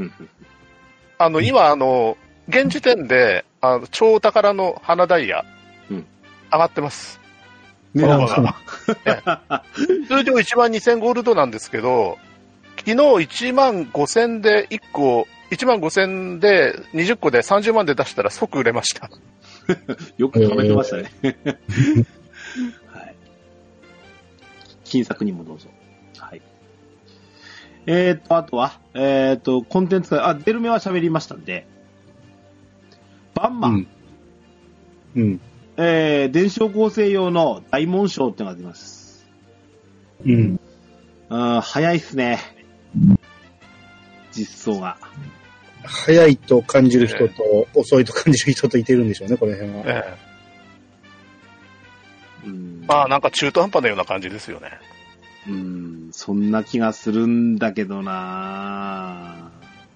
C: 今、現時点で、超宝の花ダイヤ、上がってます。
A: 値段が。
C: 通常1万2000ゴールドなんですけど、昨日1万5000で1個、1万5000で20個で30万で出したら即売れました。
A: よく貯めてましたね。はい。金策にもどうぞ。はい。あとは、コンテンツが、デルメは喋りましたんで、バンマン。電子構成用の大紋章ってのが出ます。早いっすね。実装が。
B: 早いと感じる人と、遅いと感じる人といてるんでしょうね、この辺は。
C: まあ、なんか中途半端なような感じですよね。
A: そんな気がするんだけどな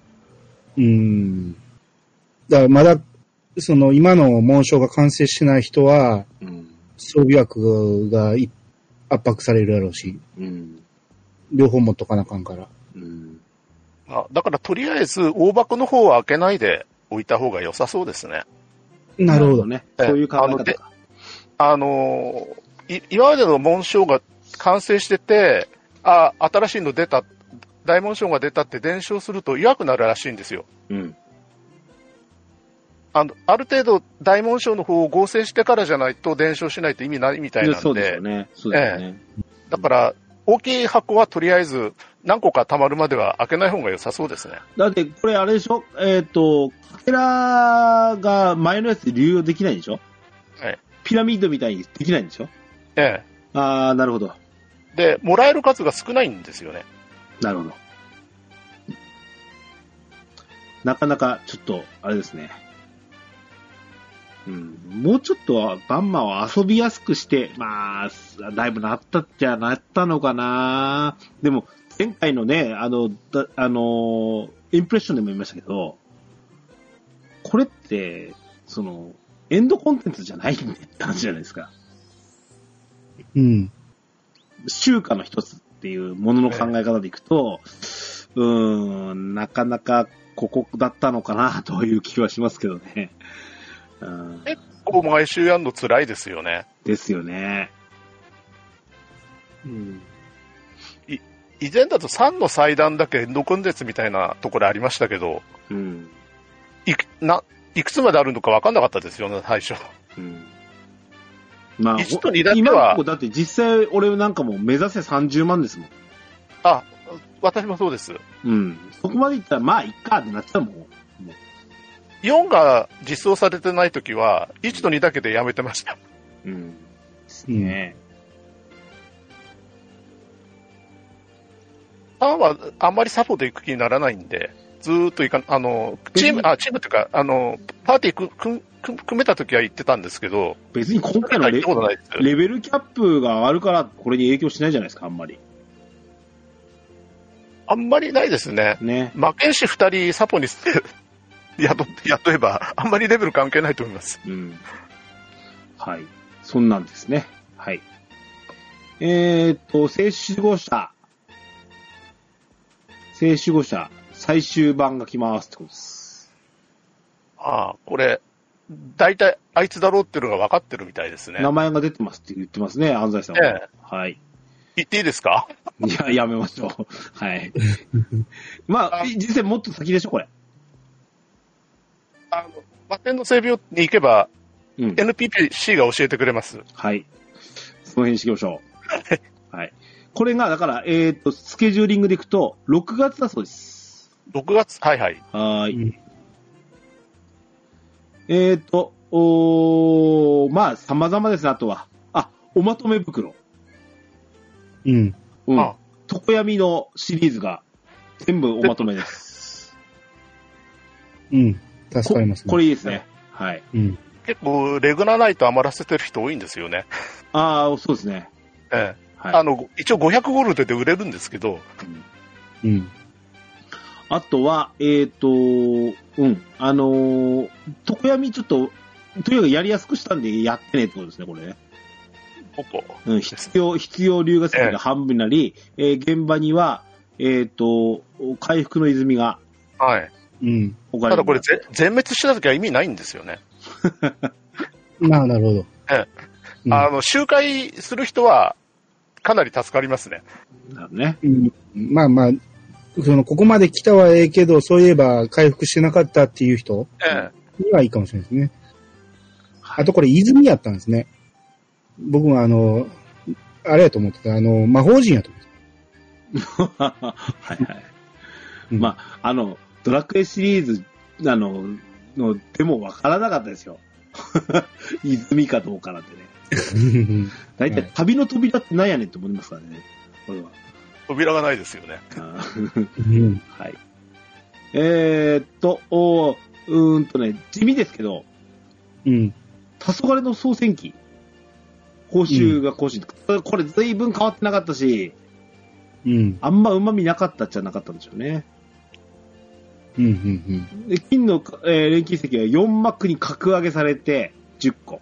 B: だからまだ、今の紋章が完成してない人は、装備枠が圧迫されるやろうし、両方持っとかなあかんから。
C: だからとりあえず大箱の方は開けないで置いた方が良さそうですね。
B: なるほどね。
A: そういう考え方か。
C: 今までの紋章が完成してて、新しいの出た、大紋章が出たって伝承すると弱くなるらしいんですよ。 ある程度大紋章の方を合成してからじゃないと伝承しないと意味ないみたいなんで。
A: そうですよね。そうですよね。
C: だから、大きい箱はとりあえず何個か溜まるまでは開けない方が良さそうですね。
A: だってこれあれでしょ、かけらが前のやつで流用できないんでしょ。
C: はい。
A: ピラミッドみたいにできないんでしょ。
C: ええ。
A: ああ、なるほど。
C: で、もらえる数が少ないんですよね。
A: なるほど。なかなかちょっと、あれですね。うん。もうちょっとバンマを遊びやすくして、まあ、だいぶなったっちゃなったのかな。でも、前回のね、インプレッションでも言いましたけど、これって、エンドコンテンツじゃないんでって話じゃないですか。
B: うん。
A: 集荷の一つっていうものの考え方でいくと、なかなかここだったのかなという気はしますけどね。
C: 結構毎週やるの辛いですよね。
A: ですよね。
B: うん。
C: 以前だと3の祭壇だけエンドコンテンツみたいなところありましたけど、
A: うん。
C: いくつまであるのか分かんなかったですよね、最初。
A: うん。まあ、
C: 1と2だけは。
A: 今、だって実際俺なんかも目指せ30万ですもん。
C: あ、私もそうです。
A: うん。そこまでいったら、まあ、いっかってなってたもん。
C: 4が実装されてないときは、1と2だけでやめてました。
A: うん。ですね。
C: 3はあんまりサポで行く気にならないんで、ずーっとチームっていうか、パーティー組めたときは行ってたんですけど、
A: 別に今回のレベルキャップが上がるから、これに影響しないじゃないですか、あんまり。
C: あんまりないですね。
A: ね。
C: 魔剣士2人サポに雇えば、あんまりレベル関係ないと思います。
A: うん。はい。そんなんですね。はい。聖守護者。聖守護者、最終版が来ますってことです。
C: ああ、これ、大体あいつだろうっていうのが分かってるみたいですね。
A: 名前が出てますって言ってますね、安西さんは。はい。
C: 言っていいですか？
A: いや、やめましょう。はい。まあ、実際もっと先でしょ、これ。
C: 魔剣の整備に行けば、
A: うん、
C: NPC が教えてくれます。
A: はい。その辺にしましょう。はい。これが、だから、スケジューリングでいくと、6月だそうです。
C: 6月？はいはい。
A: はい。まあ、様々ですね、あとは。おまとめ袋。
B: うん。
A: うん。常闇のシリーズが、全部おまとめです。
B: うん。助かりますね。
A: これいいですね。はい。
B: うん。
C: 結構、レグナナイト余らせてる人多いんですよね。
A: そうですね。
C: はい。一応500ゴールドで売れるんですけど。
B: うん。
A: あとは、常闇ちょっと、とにかくやりやすくしたんでやってねってことですね、これね。うん、必要流がが半分になり、現場には、回復の泉が。
C: はい。
B: うん。
C: ただこれ全滅したときは意味ないんですよね。
B: なるほ
C: ど。周回する人は、かなり助かりますね。
A: なるね。
B: うん。まあまあ、ここまで来たはええけど、そういえば回復してなかったっていう人にはいいかもしれないですね。あとこれ泉やったんですね。僕はあれやと思ってた、魔法陣やと思ってた。
A: はいはい。うん、まあ、ドラクエシリーズ、の、でもわからなかったですよ。泉かどうかなんてね。大体、旅の扉って何やねんって思いますからね。これは。
C: 扉がないですよね。
A: はい。地味ですけど、
B: うん。
A: 黄昏の総戦記。報酬が更新、これ随分変わってなかったし、
B: うん。
A: あんま旨味なかったっちゃなかったんでしょうね。で金の、錬金石は4幕に格上げされて10個。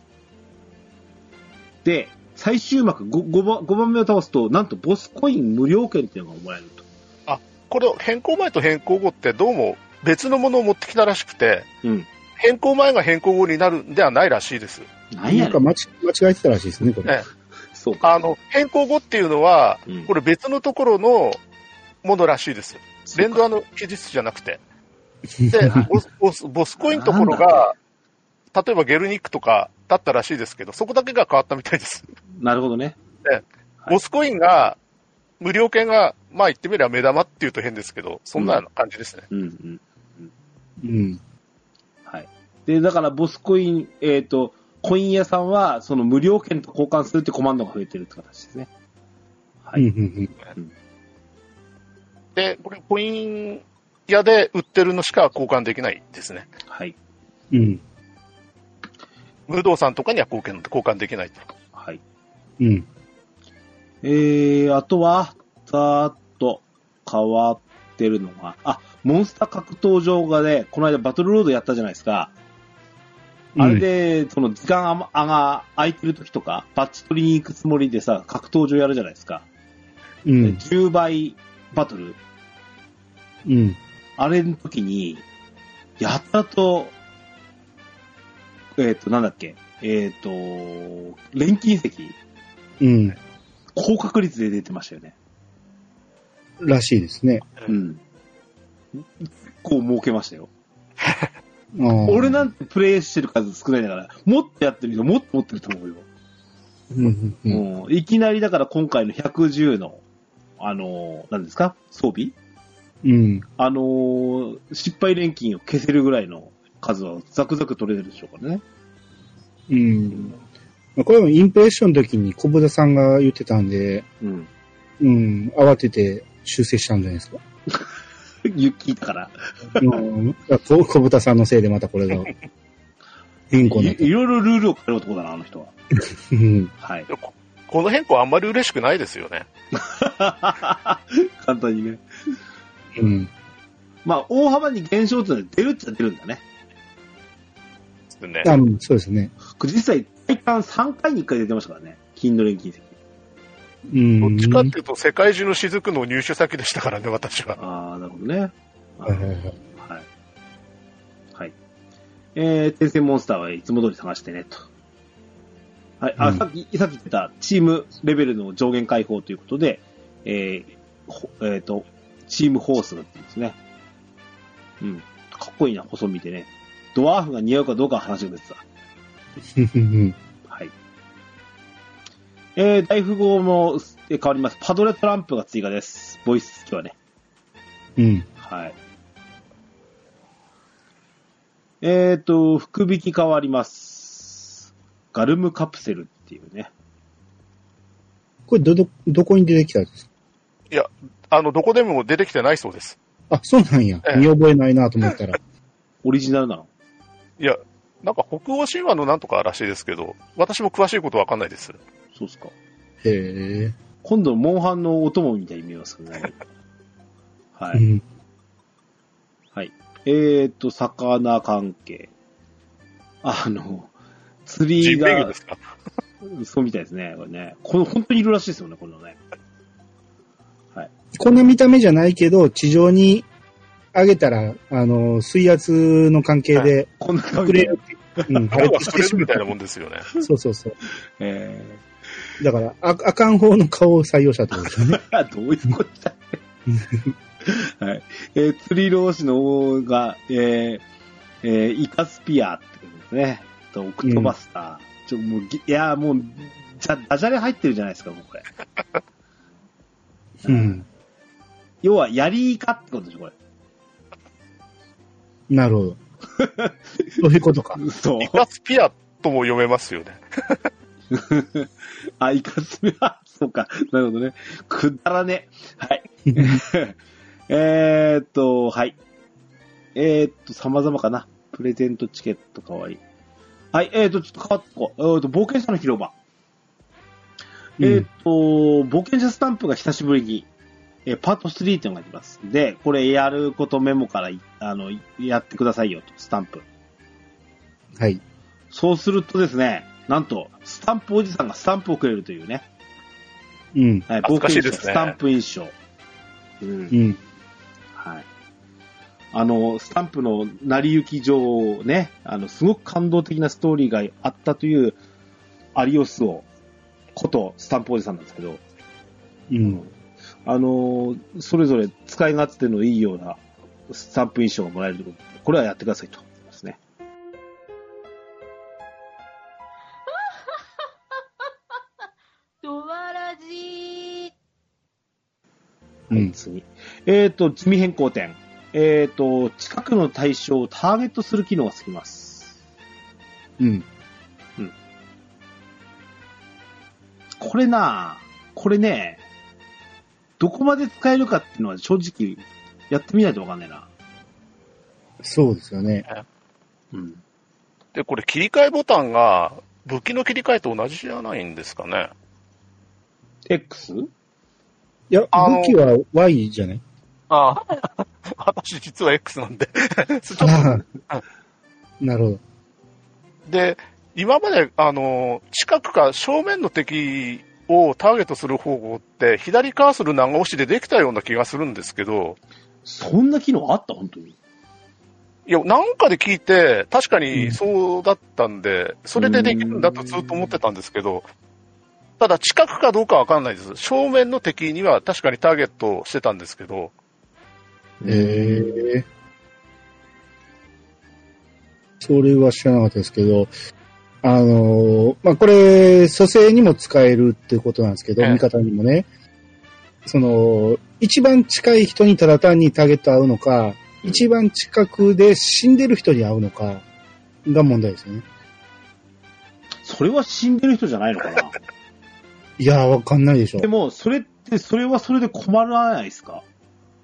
A: で、最終幕 5番目を倒すと、なんとボスコイン無料券っていうのがもらえると。
C: これ変更前と変更後ってどうも別のものを持ってきたらしくて、
A: うん、
C: 変更前が変更後になるんではないらしいです。
B: なんか間違えてたらしいですね、これ。
A: そうか。
C: 変更後っていうのは、これ別のところのものらしいです。連ドアの記述じゃなくて。で、ボスコインのところが、 例えばゲルニックとかだったらしいですけど、そこだけが変わったみたいです。
A: なるほどね。
C: で、ボスコインが、無料券が、まあ言ってみれば目玉って言うと変ですけど、そんな感じですね。
A: うん。はい。で、だからボスコイン、コイン屋さんは、その無料券と交換するってコマンドが増えてるって形ですね。はい。
C: で、これコイン屋で売ってるのしか交換できないですね。
A: はい。
C: 無道さんとかには交換できないと。
A: はい。あとは、ざーっと変わってるのが、モンスター格闘場がね、この間バトルロードやったじゃないですか。あれで、その時間が空いてる時とか、バッチ取りに行くつもりでさ、格闘場やるじゃないですか。10倍バトル。あれの時に、やったと、なんだっけ、錬金石。高確率で出てましたよね。
B: らしいですね。
A: 結構儲けましたよ。俺なんてプレイしてる数少ないんだから、もっとやってる人もっと持ってると思うよ。いきなりだから今回の110の、何ですか装備失敗錬金を消せるぐらいの数はザクザク取れるでしょうからね。
B: これもインプレッションの時に小豚さんが言ってたんで、慌てて修正したんじゃないですか。
A: 聞いたから。
B: 小豚さんのせいでまたこれが変更になった。
A: いろいろルールを変える男だな、あの人は。はい。
C: この変更あんまり嬉しくないですよね。
A: 簡単にね。まあ、大幅に減少って出るっちゃ出るんだね。
B: そうですね。
A: 実際、体感3回に1回出てましたからね。金の錬金石。
C: どっちかっていうと、世界中の雫の入手先でしたからね、私は。
A: なるほどね。はい。転生モンスターはいつも通り探してね、と。はい。さっき言ってたチームレベルの上限解放ということで、チームホースがって言うんですね。かっこいいな、細身でね。ドワーフが似合うかどうかは話が別だ。はい。大富豪も変わります。パドレトランプが追加です。ボイス付きはね。はい。福引き変わります。ガルムカプセルっていうね。
B: これどこに出てきたんですか？
C: いや、どこでも出てきてないそうです。
B: そうなんや。見覚えないなと思ったら。
A: オリジナルなの？
C: いや、なんか北欧神話のなんとからしいですけど、私も詳しいことわかんないです。
A: そうっすか。
B: へえ。
A: 今度のモンハンのお供みたいに見えますけどね。はい。はい。魚関係。釣りが。ジンベエですか？そうみたいですね。これね。本当にいるらしいですよね、これね。はい。
B: こんな見た目じゃないけど、地上に上げたら、水圧の関係で、
A: こんな感じで。
C: 破裂してしまうみたいなもんですよね。
B: そう。だから、あかん方の顔を採用したってことですよね。
A: どういうことだはい。釣り老子の王が、イカスピアってことですね。オクトバスター。もう、ダジャレ入ってるじゃないですか、もうこれ。要は、ヤリイカってことでしょ、これ。
B: なるほど。そういうことか。
A: そう。
C: イカスピアとも読めますよね。
A: イカスピア、そうか。なるほどね。くだらね。はい。はい。様々かな。プレゼントチケット代わり。はい、ちょっと変わってこう。冒険者の広場。冒険者スタンプが久しぶりに、パート3っていうのがあります。で、これやることメモから、やってくださいよと、スタンプ。
B: はい。
A: そうするとですね、なんと、スタンプおじさんがスタンプをくれるというね。はい、
C: 冒険者
A: スタンプ印象。はい。スタンプの成り行き上ね、すごく感動的なストーリーがあったという、アリオス王ことスタンプおじさんなんですけど、それぞれ使い勝手のいいようなスタンプ印象がもらえるということで、これはやってくださいとですね。 はい、次。積み変更点。近くの対象をターゲットする機能がつきます。
B: うん。
A: うん。これね、どこまで使えるかっていうのは正直やってみないとわかんないな。
B: そうですよね。
A: うん。
C: で、これ切り替えボタンが武器の切り替えと同じじゃないんですかね。
A: X？ い
B: や、武器は Y じゃない？
C: ああ。私実は X なんでちょっと。
B: なるほど。
C: で、今まで、近くか正面の敵をターゲットする方法って、左カーソル長押しでできたような気がするんですけど。
A: そんな機能あった本当に？
C: いや、なんかで聞いて、確かにそうだったんで、それでできるんだとずっと思ってたんですけど、ただ近くかどうかわかんないです。正面の敵には確かにターゲットしてたんですけど。
B: それは知らなかったですけど、まあ、これ、蘇生にも使えるってことなんですけど、味方にもね、一番近い人にただ単にターゲット合うのか、一番近くで死んでる人に合うのかが問題ですよね。
A: それは死んでる人じゃないのかな？
B: いやー、わかんないでしょ。
A: でも、それはそれで困らないですか？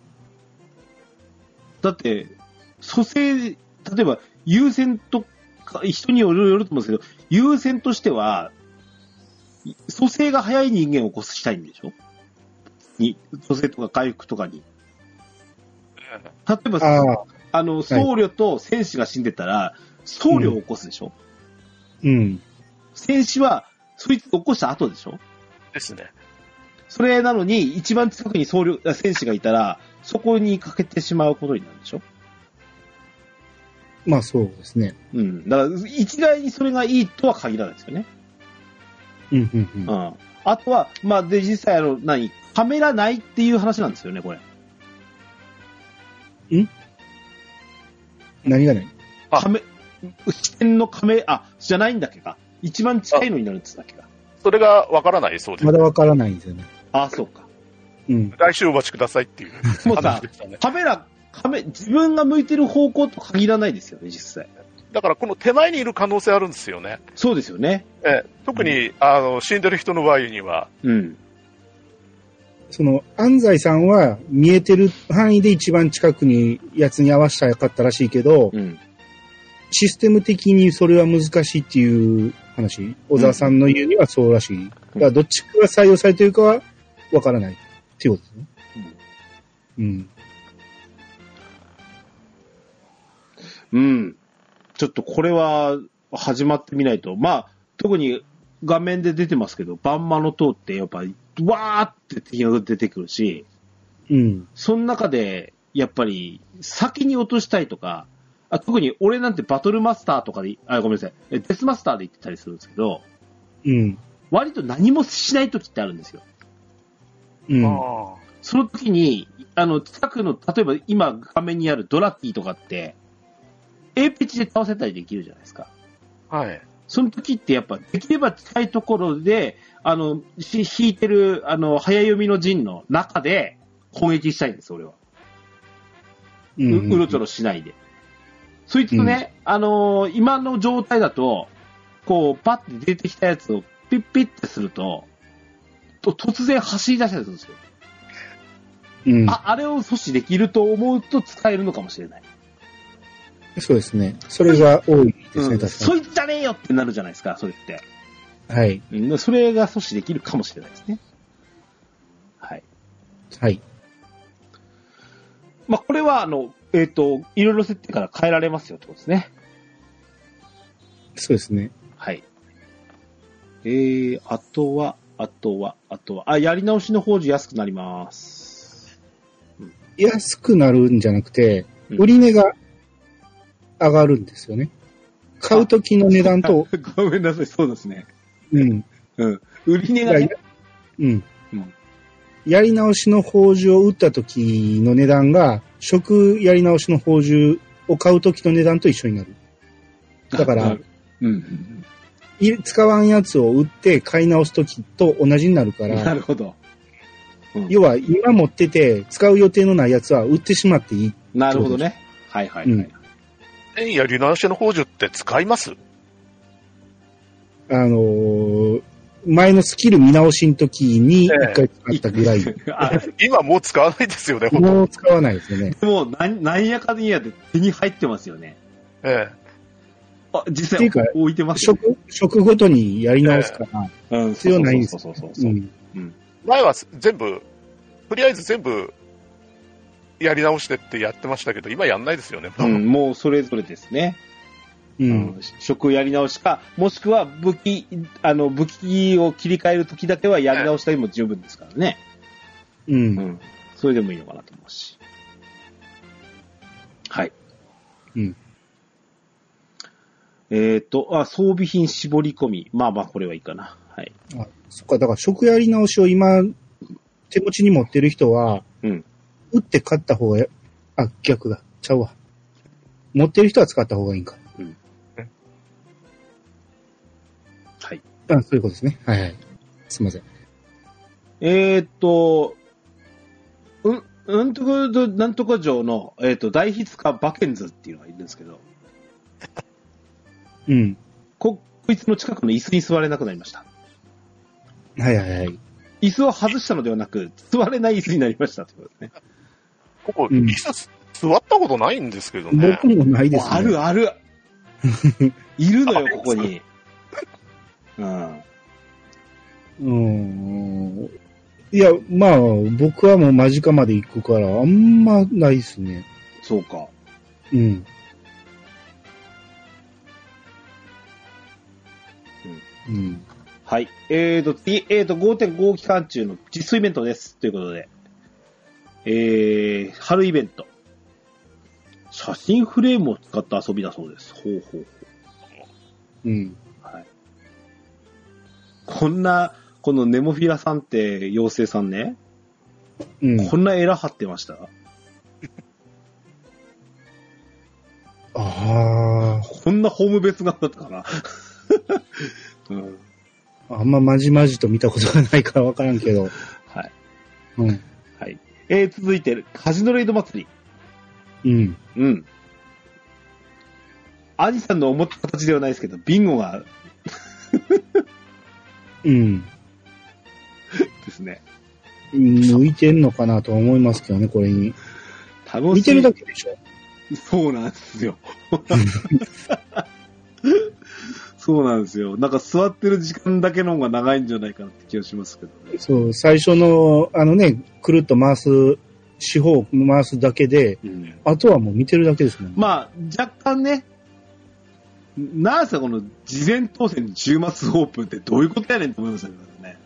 A: だって、蘇生、例えば、優先とか、人によると思うんですけど、優先としては、蘇生が早い人間を起こしたいんでしょ？蘇生とか回復とかに。例えば、僧侶と戦士が死んでたら、僧侶を起こすでしょ？
B: うん。
A: 戦士は、そいつ起こした後でしょ？
C: ですね。
A: それなのに、一番近くに戦士がいたら、そこにかけてしまうことになるでしょ？
B: まあそうですね。
A: うん。だから、一概にそれがいいとは限らないですよね。
B: うん。
A: あとは、まあ、で、実際カメラないっていう話なんですよね、これ。
B: 何がない？
A: 視点のじゃないんだっけか。一番近いのになるんですだっけか。
C: それがわからないそうです。
B: まだわからないんですよね。
A: そうか。
B: うん。
C: 来週お待ちくださいっていう話でしたね。
A: 自分が向いてる方向と限らないですよね、実際。
C: だからこの手前にいる可能性あるんですよね。
A: そうですよね。
C: 特に、死んでる人の場合には。
A: うん。
B: 安西さんは見えてる範囲で一番近くにやつに合わせたらよかったらしいけど、システム的にそれは難しいっていう話、小沢さんの言うにはそうらしい。だからどっちが採用されてるかはわからないっていうことですね。
A: ちょっとこれは始まってみないと。まあ、特に画面で出てますけど、バンマの塔ってやっぱり、わーって敵が出てくるし、その中で、やっぱり、先に落としたいとか、特に俺なんてバトルマスターとかで、ごめんなさい、デスマスターで言ってたりするんですけど、割と何もしない時ってあるんですよ。その時に、近くの、例えば今画面にあるドラッキーとかって、A ペチで倒せたりできるじゃないですか。
C: はい。
A: その時ってやっぱ、できれば近いところで、引いてる、早読みの陣の中で攻撃したいんです、俺は。うろちょろしないで。そいつとね、今の状態だと、こう、パッて出てきたやつをピッピッてすると、突然走り出したりするんですよ。あれを阻止できると思うと使えるのかもしれない。
B: そうですね。それが多いですね、確かに。
A: そいつじゃねえよってなるじゃないですか、それって。
B: はい。
A: それが阻止できるかもしれないですね。はい。
B: はい。
A: まあ、これは、いろいろ設定から変えられますよってことですね。
B: そうですね。
A: はい。あとは、やり直しの法事安くなります。
B: 安くなるんじゃなくて、売り値が上がるんですよね。買うときの値段と。
A: ごめんなさい、そうですね。売り値がね。
B: やり直しの宝珠を売ったときの値段が、食やり直しの宝珠を買うときの値段と一緒になる。だから、使わんやつを売って買い直すときと同じになるから。
A: なるほど。
B: 要は今持ってて使う予定のないやつは売ってしまっていい。
A: なるほどね。はいはいはい。
C: やり直しの宝珠って使います？
B: 前のスキル見直しの時に一回使ったぐらい。
C: 今もう使わないですよね、
B: もう使わないですよね。
A: もうなんやかんやで手に入ってますよね。実際置いてますよね。
B: 職ごとにやり直すから、必要ないんですよ。
C: 前は全部、とりあえず全部やり直してってやってましたけど、今やんないですよね。
A: もうそれぞれですね。職やり直しか、もしくは武器を切り替えるときだけはやり直したりも十分ですからね。それでもいいのかなと思うし。はい。装備品絞り込み。まあまあ、これはいいかな。はい。
B: そっか、だから職やり直しを今、手持ちに持ってる人は、打って買った方が、逆だ。ちゃうわ。持ってる人は使った方がいいんか。
A: はい。
B: そういうことですね。はいはい。すいません。
A: なんとか城の、大筆家バケンズっていうのがいるんですけど、こいつの近くの椅子に座れなくなりました。
B: はいはいはい。
A: 椅子を外したのではなく、座れない椅子になりましたってことですね。
C: ここ、椅子座ったことないんですけどね。
B: 僕もないですね。
A: あるある。いるのよ、ここに。
B: いや、まあ、僕はもう間近まで行くから、あんまないですね。
A: そうか。はい。次、5.5 期間中の実装イベントです。ということで、春イベント。写真フレームを使った遊びだそうです。ほう。はい。このネモフィラさんって妖精さんね。こんなエラ張ってました。こんなホームベースがだったかな。
B: あんままじまじと見たことがないからわからんけど。
A: はい。はい。続いて、カジノレイド祭り。アニさんの思った形ではないですけど、ビンゴが。ですね。
B: 向いてんのかなと思いますけどね、これに。見てるだけでしょ。
A: そうなんですよ。そうなんですよ。なんか座ってる時間だけの方が長いんじゃないかなって気がしますけどね。
B: そう、最初の、くるっと回す、四方回すだけで、あとはもう見てるだけですもんね。
A: まあ、若干ね、なんせこの事前当選10マスオープンってどういうことやねんと思いましたけどね。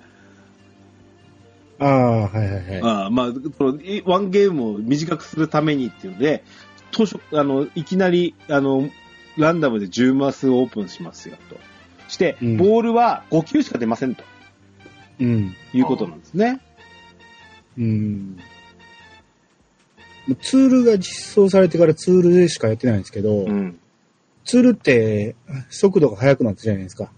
B: はいはいはい。
A: まあ、ワンゲームを短くするためにっていうので、当初、いきなり、ランダムで10マスオープンしますよと。して、ボールは5球しか出ませんと。いうことなんですね。
B: ツールが実装されてからツールでしかやってないんですけど、ツールって速度が速くなったじゃないですか。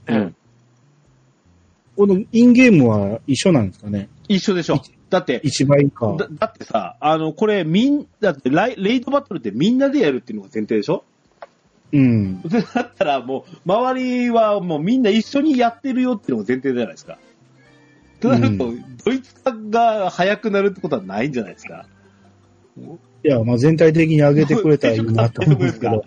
B: このインゲームは一緒なんですかね？
A: 一緒でしょ。だって、
B: 1倍か。
A: だってさ、これだってレイドバトルってみんなでやるっていうのが前提でしょ？だったらもう、周りはもうみんな一緒にやってるよっていうのが前提じゃないですか。となると、ドイツ化が速くなるってことはないんじゃないですか。
B: いや、まあ全体的に上げてくれたらいいなと思うんですけど。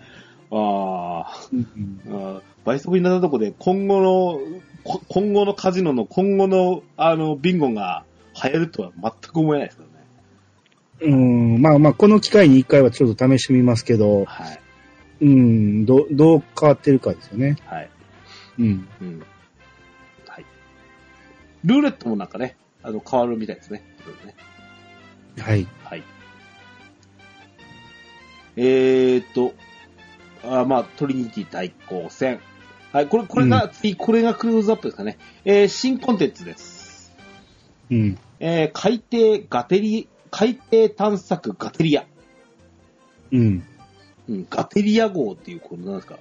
A: 倍速になったところで、今後のカジノの今後の、ビンゴが流行るとは全く思えないですからね。
B: まあまあ、この機会に一回はちょっと試してみますけど、どう変わってるかですよね。
A: はい。はい。ルーレットもなんかね、変わるみたいですね。
B: はい。
A: はい。まあ、トリニティ対抗戦。はい、これがクローズアップですかね。新コンテンツです。海底探索ガテリア。ガテリア号っていう、これなんですか、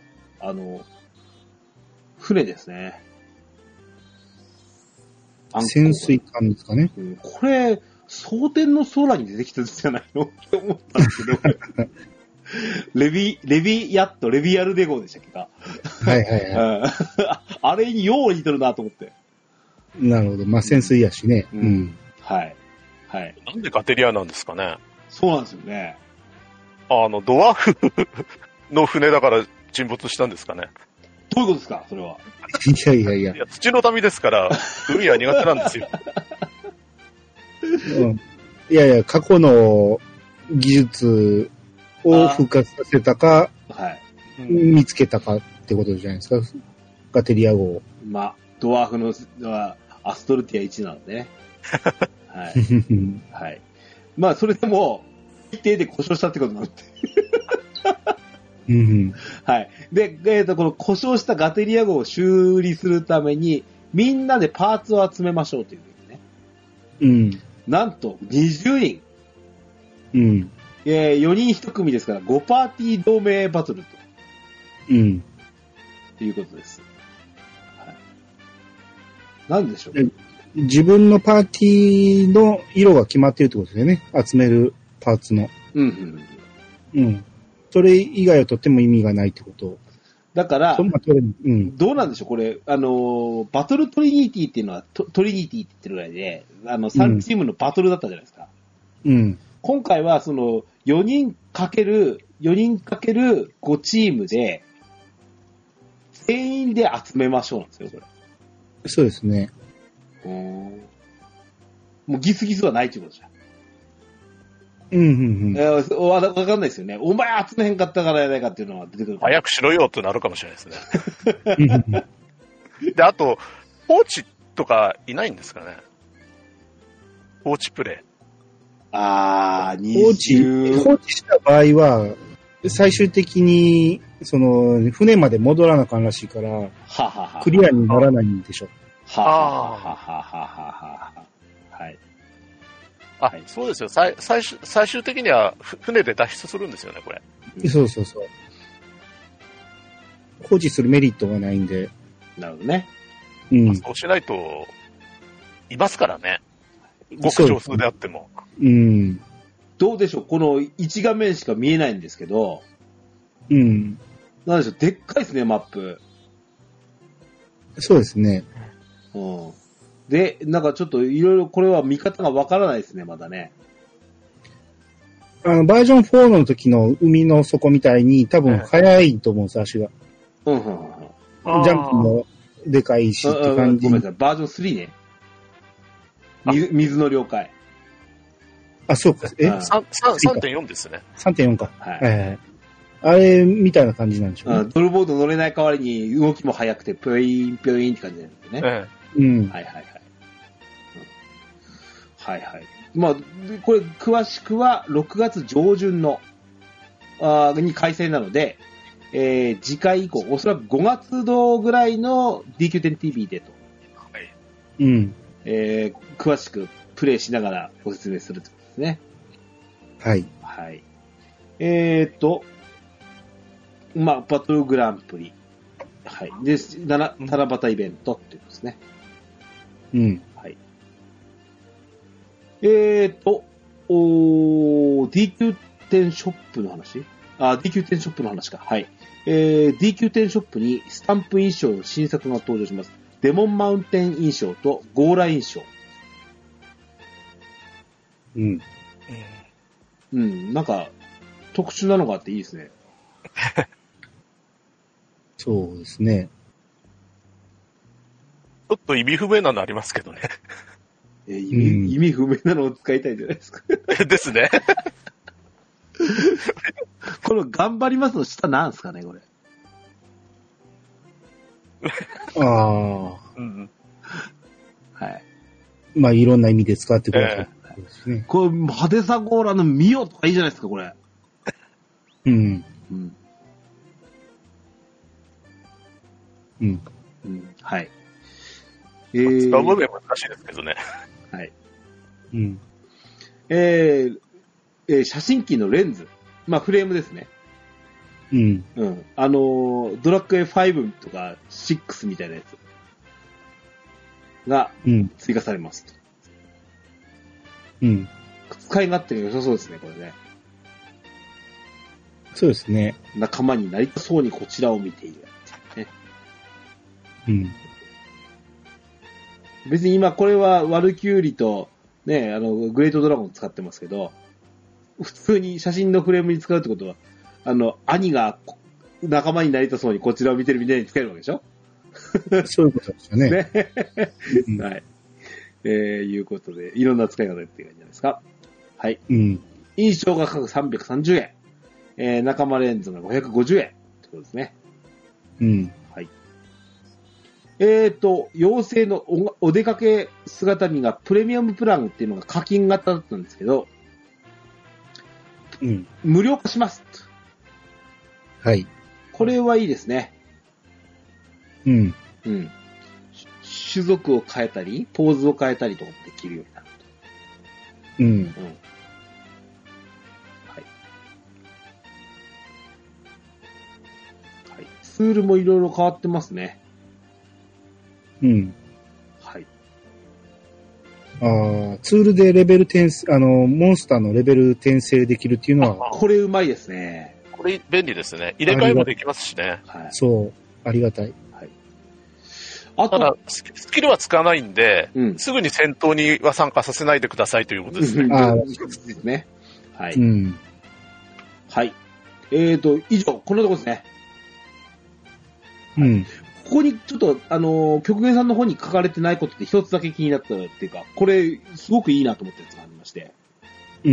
A: 船ですね。
B: 潜水艦ですかね。
A: これ、 蒼天の空に出てきたんじゃないのって思ったんですけど。レビアルデ号でしたっけか。
B: はいはいはい。
A: あれによう似てるなと思って。
B: なるほど。まあ、潜水やしね。
A: うん。はい。はい。
C: なんでガテリアなんですかね。
A: そうなんですよね。
C: ドワーフの船だから沈没したんですかね。
A: どういうことですかそれは。
B: いや。いや、
C: 土の民ですから、海は苦手なんですよ。
B: うん。いや、過去の技術を復活させたか、
A: はい。
B: 見つけたかってことじゃないですか。ガテリア号。
A: まあ、ドワーフのはアストルティア1なのでね。はい。はい。まあ、それでも、一定で故障したってことなので。はい。で、この故障したガテリア号を修理するために、みんなでパーツを集めましょうというね。
B: うん。
A: なんと、20人。
B: うん。
A: 4人1組ですから、5パーティー同盟バトルと。
B: うん。
A: ということです。はい。なんでしょう。
B: 自分のパーティーの色が決まっているってことですよね。集めるパーツの。うん。それ以外はとっても意味がないってこと。
A: だから、どうなんでしょう、これ、バトルトリニティっていうのは、トリニティって言ってるぐらいで、3チームのバトルだったじゃないですか。
B: うん。
A: 今回は、4人かける5チームで、全員で集めましょうなんですよ、これ。
B: そうですね。
A: もうギスギスはないっていうことじゃん。わかんないですよね。お前集めへんかったからやないかっていうのは出てくる。
C: 早くしろよってなるかもしれないですね。で、あと、放置とかいないんですかね。放置プレイ。
B: 放置した場合は、最終的に、船まで戻らなあかんらしいから、クリアにならないんでしょ。
A: はい。
C: そうですよ。最終的には船で脱出するんですよね、これ。
B: そう。放置するメリットがないんで。
A: なるほどね。
C: そうしないと、いますからね。極少数であっても。
A: どうでしょう、この一画面しか見えないんですけど。なんでしょう、でっかいですね、マップ。
B: そうですね。
A: で、なんかちょっといろいろこれは見方がわからないですね、まだね。
B: バージョン4の時の海の底みたいに多分速いと思うんです、足が。ジャンプもでかいしって感じ。
A: ごめんなさい、バージョン3ね。水の了解。
B: そうか。
C: 3.4 ですね。
B: 3.4 か。はい。あれみたいな感じなんでしょうね。
A: ドルボード乗れない代わりに動きも速くて、ぴょいんぴょいんって感じなんですよね。はい。はいはい。まあ、これ、詳しくは6月上旬の、に開催なので、次回以降、おそらく5月度ぐらいの DQ10TV でと。
C: はい。
A: 詳しくプレイしながらご説明するということですね。
B: はい。
A: はい。まあ、バトルグランプリ。はい。で、七夕イベントっていうことですね。はい。DQ10 ショップの話DQ10 ショップの話か。はい。DQ10 ショップにスタンプ印象の新作が登場します。デモンマウンテン印象とゴーラ印象。なんか、特殊なのがあっていいですね。
B: そうですね。
C: ちょっと意味不明なのありますけどね。
A: 意味不明なのを使いたいじゃないですか。
C: ですね。
A: この頑張りますの下なんですかね、これ。
B: はい。まあ、いろんな意味で使ってください。
A: これ、派手さゴーラのミオとかいいじゃないですか、これ。はい。
C: 使う部分は難しいですけどね。
A: はい。写真機のレンズ。まあ、フレームですね。ドラッグ A5 とか6みたいなやつが追加されますと。
B: うん。
A: 使い勝手が良さそうですね、これね。
B: そうですね。
A: 仲間になりたそうにこちらを見ているやつ、ね。
B: うん。
A: 別に今これはワルキューリと、ね、グレートドラゴン使ってますけど、普通に写真のフレームに使うってことは、兄が仲間になりたそうにこちらを見てるみたいに使えるわけでしょ？
B: そういうことですよね。
A: ね。はい。いうことで、いろんな使い方っていう感じじゃないですか。はい。
B: うん。
A: 印象価格330円。仲間レンズが550円。ってことですね。
B: うん。
A: はい。妖精のお出かけ姿見がプレミアムプランっていうのが課金型だったんですけど、
B: うん。
A: 無料化します。
B: はい。
A: これはいいですね。
B: うん。
A: うん。種族を変えたり、ポーズを変えたりとかできるようになると。
B: うん。
A: うん。はい。はい。ツールもいろいろ変わってますね。
B: うん。
A: はい。
B: ツールでレベル転生、モンスターのレベル転生できるっていうのは。
A: これうまいですね。
C: これ便利ですね。入れ替えもできますしね。
B: はい。そう。ありがたい。
A: はい。あと
C: ただ、スキルは使わないんで、
A: うん、
C: すぐに戦闘には参加させないでくださいということですね。
A: ですね。はい。
B: うん。
A: はい。以上、このとこですね。
B: うん。
A: ここにちょっと、極限さんの方に書かれてないことで一つだけ気になったっていうか、これ、すごくいいなと思ったやつがありまして。
B: うん。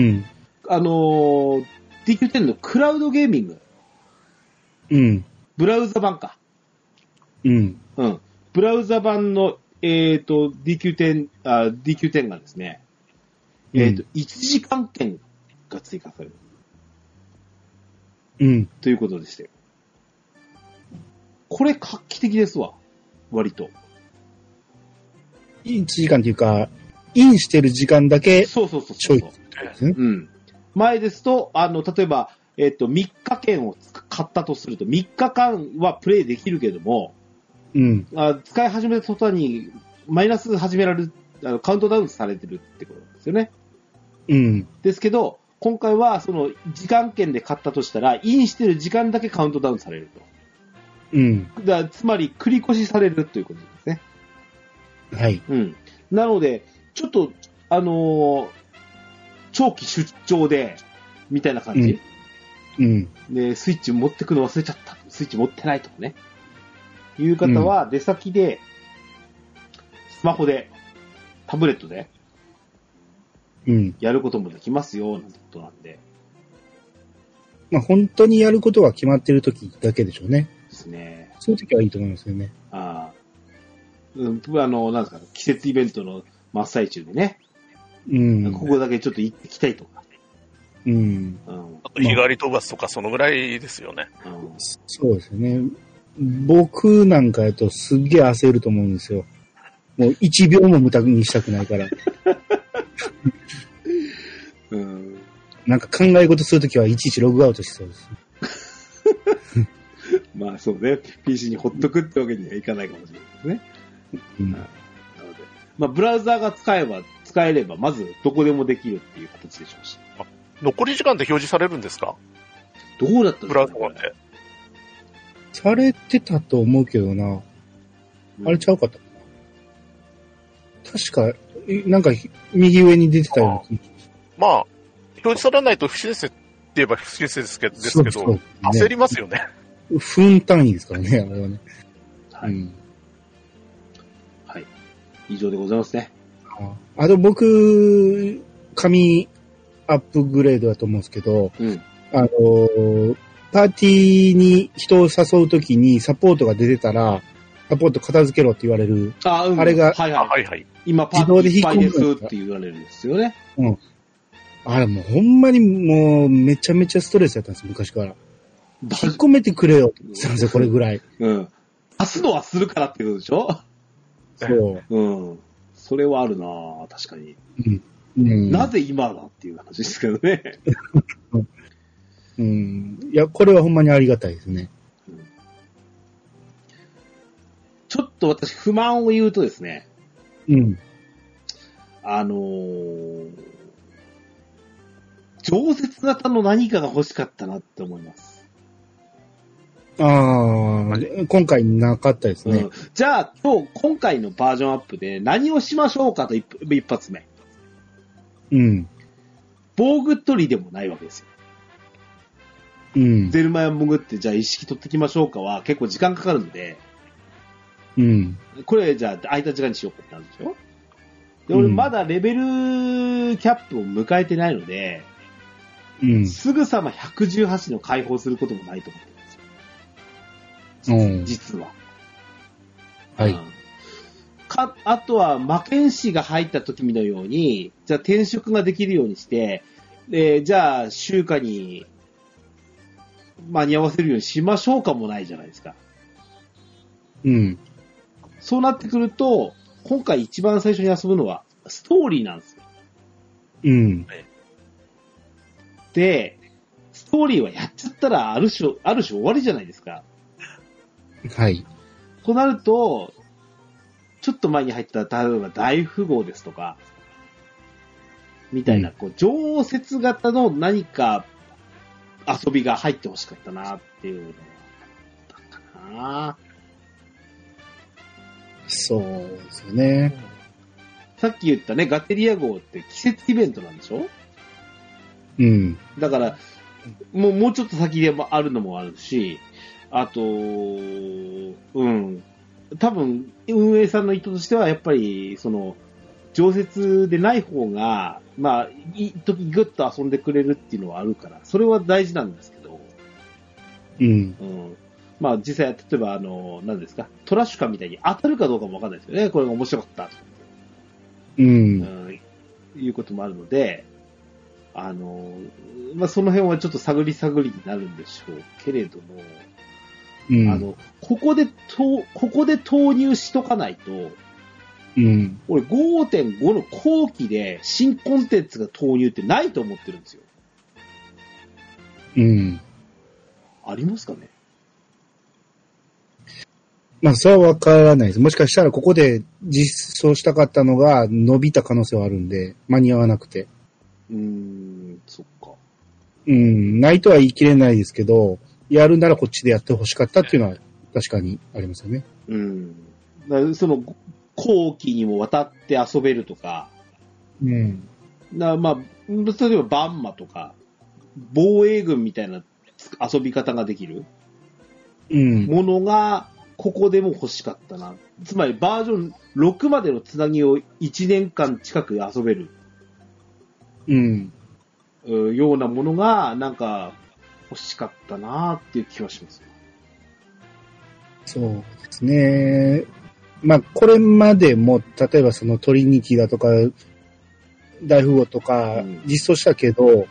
A: DQ10 のクラウドゲーミング。
B: うん。
A: ブラウザ版か。
B: うん。
A: うん。ブラウザ版の、DQ10 がですね、1時間券が追加される。
B: うん。
A: ということでして。これ画期的ですわ。割と。
B: 1時間っていうか、インしてる時間だけ、
A: そう。
B: チョイス。
A: うん。前ですと、例えば、3日券を買ったとすると、3日間はプレイできるけども、
B: うん。
A: 使い始めた途端に、マイナス始められる、カウントダウンされてるってことなんですよね。
B: うん。
A: ですけど、今回は、その、時間券で買ったとしたら、インしてる時間だけカウントダウンされると。
B: うん。
A: つまり、繰り越しされるということですね。
B: はい。
A: うん。なので、ちょっと、長期出張で、みたいな感じ。
B: うん。
A: で、スイッチ持ってくの忘れちゃった。スイッチ持ってないとかね。いう方は、出先で、スマホで、タブレットで、
B: うん。
A: やることもできますよ、なんてことなんで。
B: まあ、本当にやることが決まってる時だけでしょうね。
A: ですね。
B: そういう時はいいと思いますよね。
A: ああ。なんですか、季節イベントの真っ最中でね。
B: うん。
A: ここだけちょっと行ってきたいとか。
B: うん。
C: あと日帰り討伐とかそのぐらいですよね。
B: そうですよね。僕なんかやとすっげえ焦ると思うんですよ。もう1秒も無駄にしたくないから。
A: うん。
B: なんか考え事するときはいちいちログアウトしそうです。
A: まあそうね。PC にほっとくってわけにはいかないかもしれないですね。
B: うん。
A: なので、まあブラウザーが使えれば、まずどこでもできるっていう形でしょうし。
C: 残り時間で表示されるんですか？
A: どうだったんですか、
C: ブラウザ版で。
B: されてたと思うけどな。あれちゃうかったかな。確か、なんか右上に出てたような気がします。
C: まあ、表示されないと不親切って言えば不親切ですけど、
B: そうね、
C: 焦りますよね。
B: 分単位ですからね、あれはね。
A: はい。
B: うん、
A: はい。以上でございますね。
B: あと僕、紙アップグレードだと思うんですけど、
A: うん、
B: パーティーに人を誘うときにサポートが出てたら、サポート片付けろって言われる。あれが、
A: はい。今パーティーいっぱいですって言われるんですよね。
B: うん。あれもうほんまにもうめちゃめちゃストレスやったんです、昔から。引っ込めてくれよって言ってたんですよ、これぐらい。
A: うん。出すのはするからってことでしょ？
B: そう。
A: うん。それはあるなぁ、確かに。
B: うん。
A: なぜ今だっていう話ですけどね。
B: うん。いや、これはほんまにありがたいですね。
A: うん、ちょっと私不満を言うとですね。
B: うん。
A: 常設型の何かが欲しかったなって思います。
B: 今回なかったですね。
A: じゃあ、今回のバージョンアップで何をしましょうかと一発目。防具取りでもないわけですよ。ゼルマヤ潜って、じゃあ一式取ってきましょうかは結構時間かかるんで、これじゃあ空いた時間にしようかってなるんですよ。で、俺まだレベルキャップを迎えてないので、すぐさま118の解放することもないと思ってるんですよ。実は。
B: はい。
A: あとは、魔剣士が入った時のように、じゃあ転職ができるようにして、じゃあ、集荷に間に合わせるようにしましょうかもないじゃないですか。そうなってくると、今回一番最初に遊ぶのは、ストーリーなんですよ。で、ストーリーはやっちゃったらある種終わりじゃないですか。
B: はい。
A: となると、ちょっと前に入った、例えば大富豪ですとか、みたいな、常設型の何か遊びが入ってほしかったなっていうのがあったかな。
B: そうですよね。
A: さっき言ったね、ガテリア号って季節イベントなんでしょ？だから、もうちょっと先であるのもあるし、あと、多分、運営さんの意図としては、やっぱり、常設でない方が、一時ぐっと遊んでくれるっていうのはあるから、それは大事なんですけど、実際、例えば、何ですか、トラッシュカーみたいに当たるかどうかもわかんないですよね。これが面白かったと。いうこともあるので、その辺はちょっと探りになるんでしょうけれども、ここで投入しとかないと、俺 5.5 の後期で新コンテンツが投入ってないと思ってるんですよ。ありますかね？
B: それはわからないです。もしかしたらここで実装したかったのが伸びた可能性はあるんで、間に合わなくて。
A: そっか。
B: ないとは言い切れないですけど、やるならこっちでやってほしかったっていうのは確かにありますよね。
A: その後期にもわたって遊べるとか、例えばバンマとか防衛軍みたいな遊び方ができるものがここでも欲しかったな。つまりバージョン6までのつなぎを1年間近く遊べる、ようなものがなんか欲しかったなっていう気はします。
B: そうですね。これまでも、例えばそのトリニティだとか、大富豪とか、実装したけど、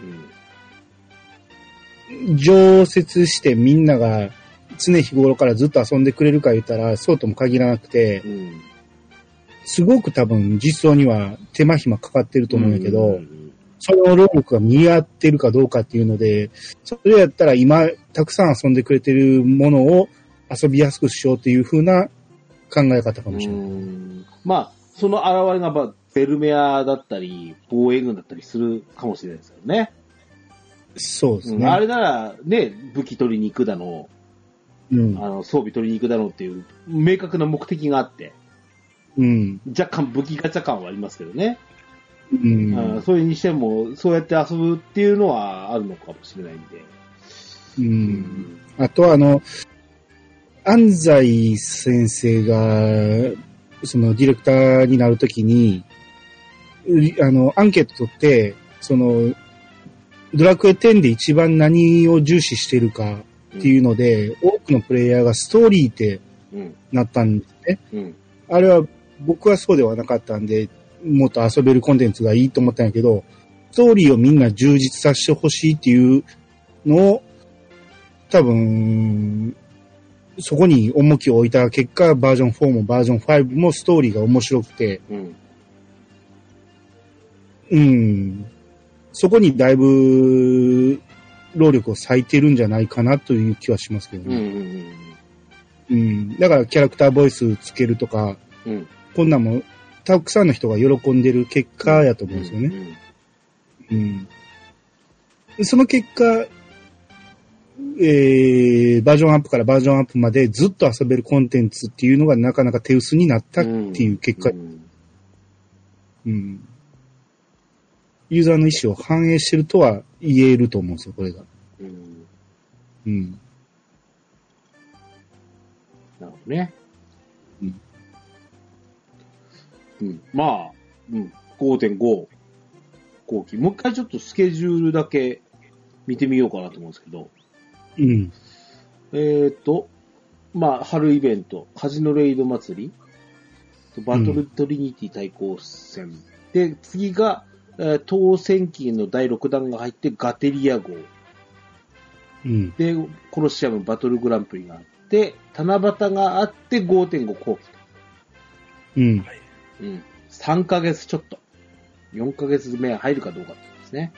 B: 常設してみんなが常日頃からずっと遊んでくれるか言ったら、そうとも限らなくて、すごく多分実装には手間暇かかってると思うんだけど、その労力が見合ってるかどうかっていうので、それやったら今たくさん遊んでくれてるものを遊びやすくしようっていう風な考え方かもしれない。
A: その現れがベルメアだったり、防衛軍だったりするかもしれないですよね。
B: そうですね。
A: あれならね、武器取りに行くだの、装備取りに行くだろうっていう明確な目的があって、若干武器ガチャ感はありますけどね。それにしても、そうやって遊ぶっていうのはあるのかもしれないんで。
B: あと安西先生が、そのディレクターになるときに、アンケート取って、ドラクエ10で一番何を重視してるかっていうので、多くのプレイヤーがストーリーってなったんですね。あれは僕はそうではなかったんで、もっと遊べるコンテンツがいいと思ったんやけど、ストーリーをみんな充実させてほしいっていうのを、多分、そこに重きを置いた結果、バージョン4もバージョン5もストーリーが面白くて、そこにだいぶ労力を割いてるんじゃないかなという気はしますけどね。だからキャラクターボイスつけるとか、こんなんもたくさんの人が喜んでる結果やと思うんですよね。 その結果、バージョンアップからバージョンアップまでずっと遊べるコンテンツっていうのがなかなか手薄になったっていう結果、ユーザーの意思を反映してるとは言えると思うんですよ、これが。
A: なるほどね。まあ、5.5後期。もう一回ちょっとスケジュールだけ見てみようかなと思うんですけど。まあ、春イベント、カジノレイド祭り、バトルトリニティ対抗戦。で、次が、当選期の第6弾が入ってガテリア号。で、コロシアムバトルグランプリがあって、七夕があって 5.5 後期と。3ヶ月ちょっと。4ヶ月目入るかどうかってことですね。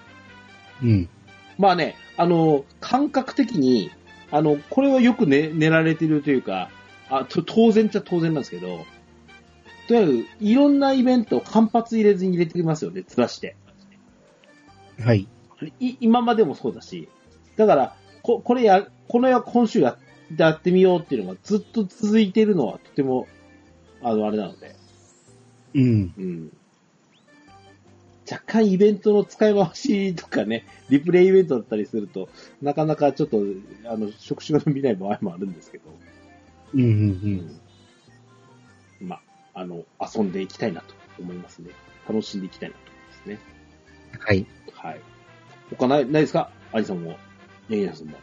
A: まあね、感覚的に、これはよくね、練られているというか、当然っちゃ当然なんですけど、とにかく、いろんなイベントを間髪入れずに入れてきますよね、ずらして。
B: はい。
A: 今までもそうだし、だから、今週やってみようっていうのがずっと続いているのはとても、あれなので。若干イベントの使い回しとかね、リプレイイベントだったりすると、なかなかちょっと、触手が伸びない場合もあるんですけど。まあ、遊んでいきたいなと思いますね。楽しんでいきたいなと思いますね。
B: はい。
A: はい。他ないですか？アリさんも、ヤギナさんも。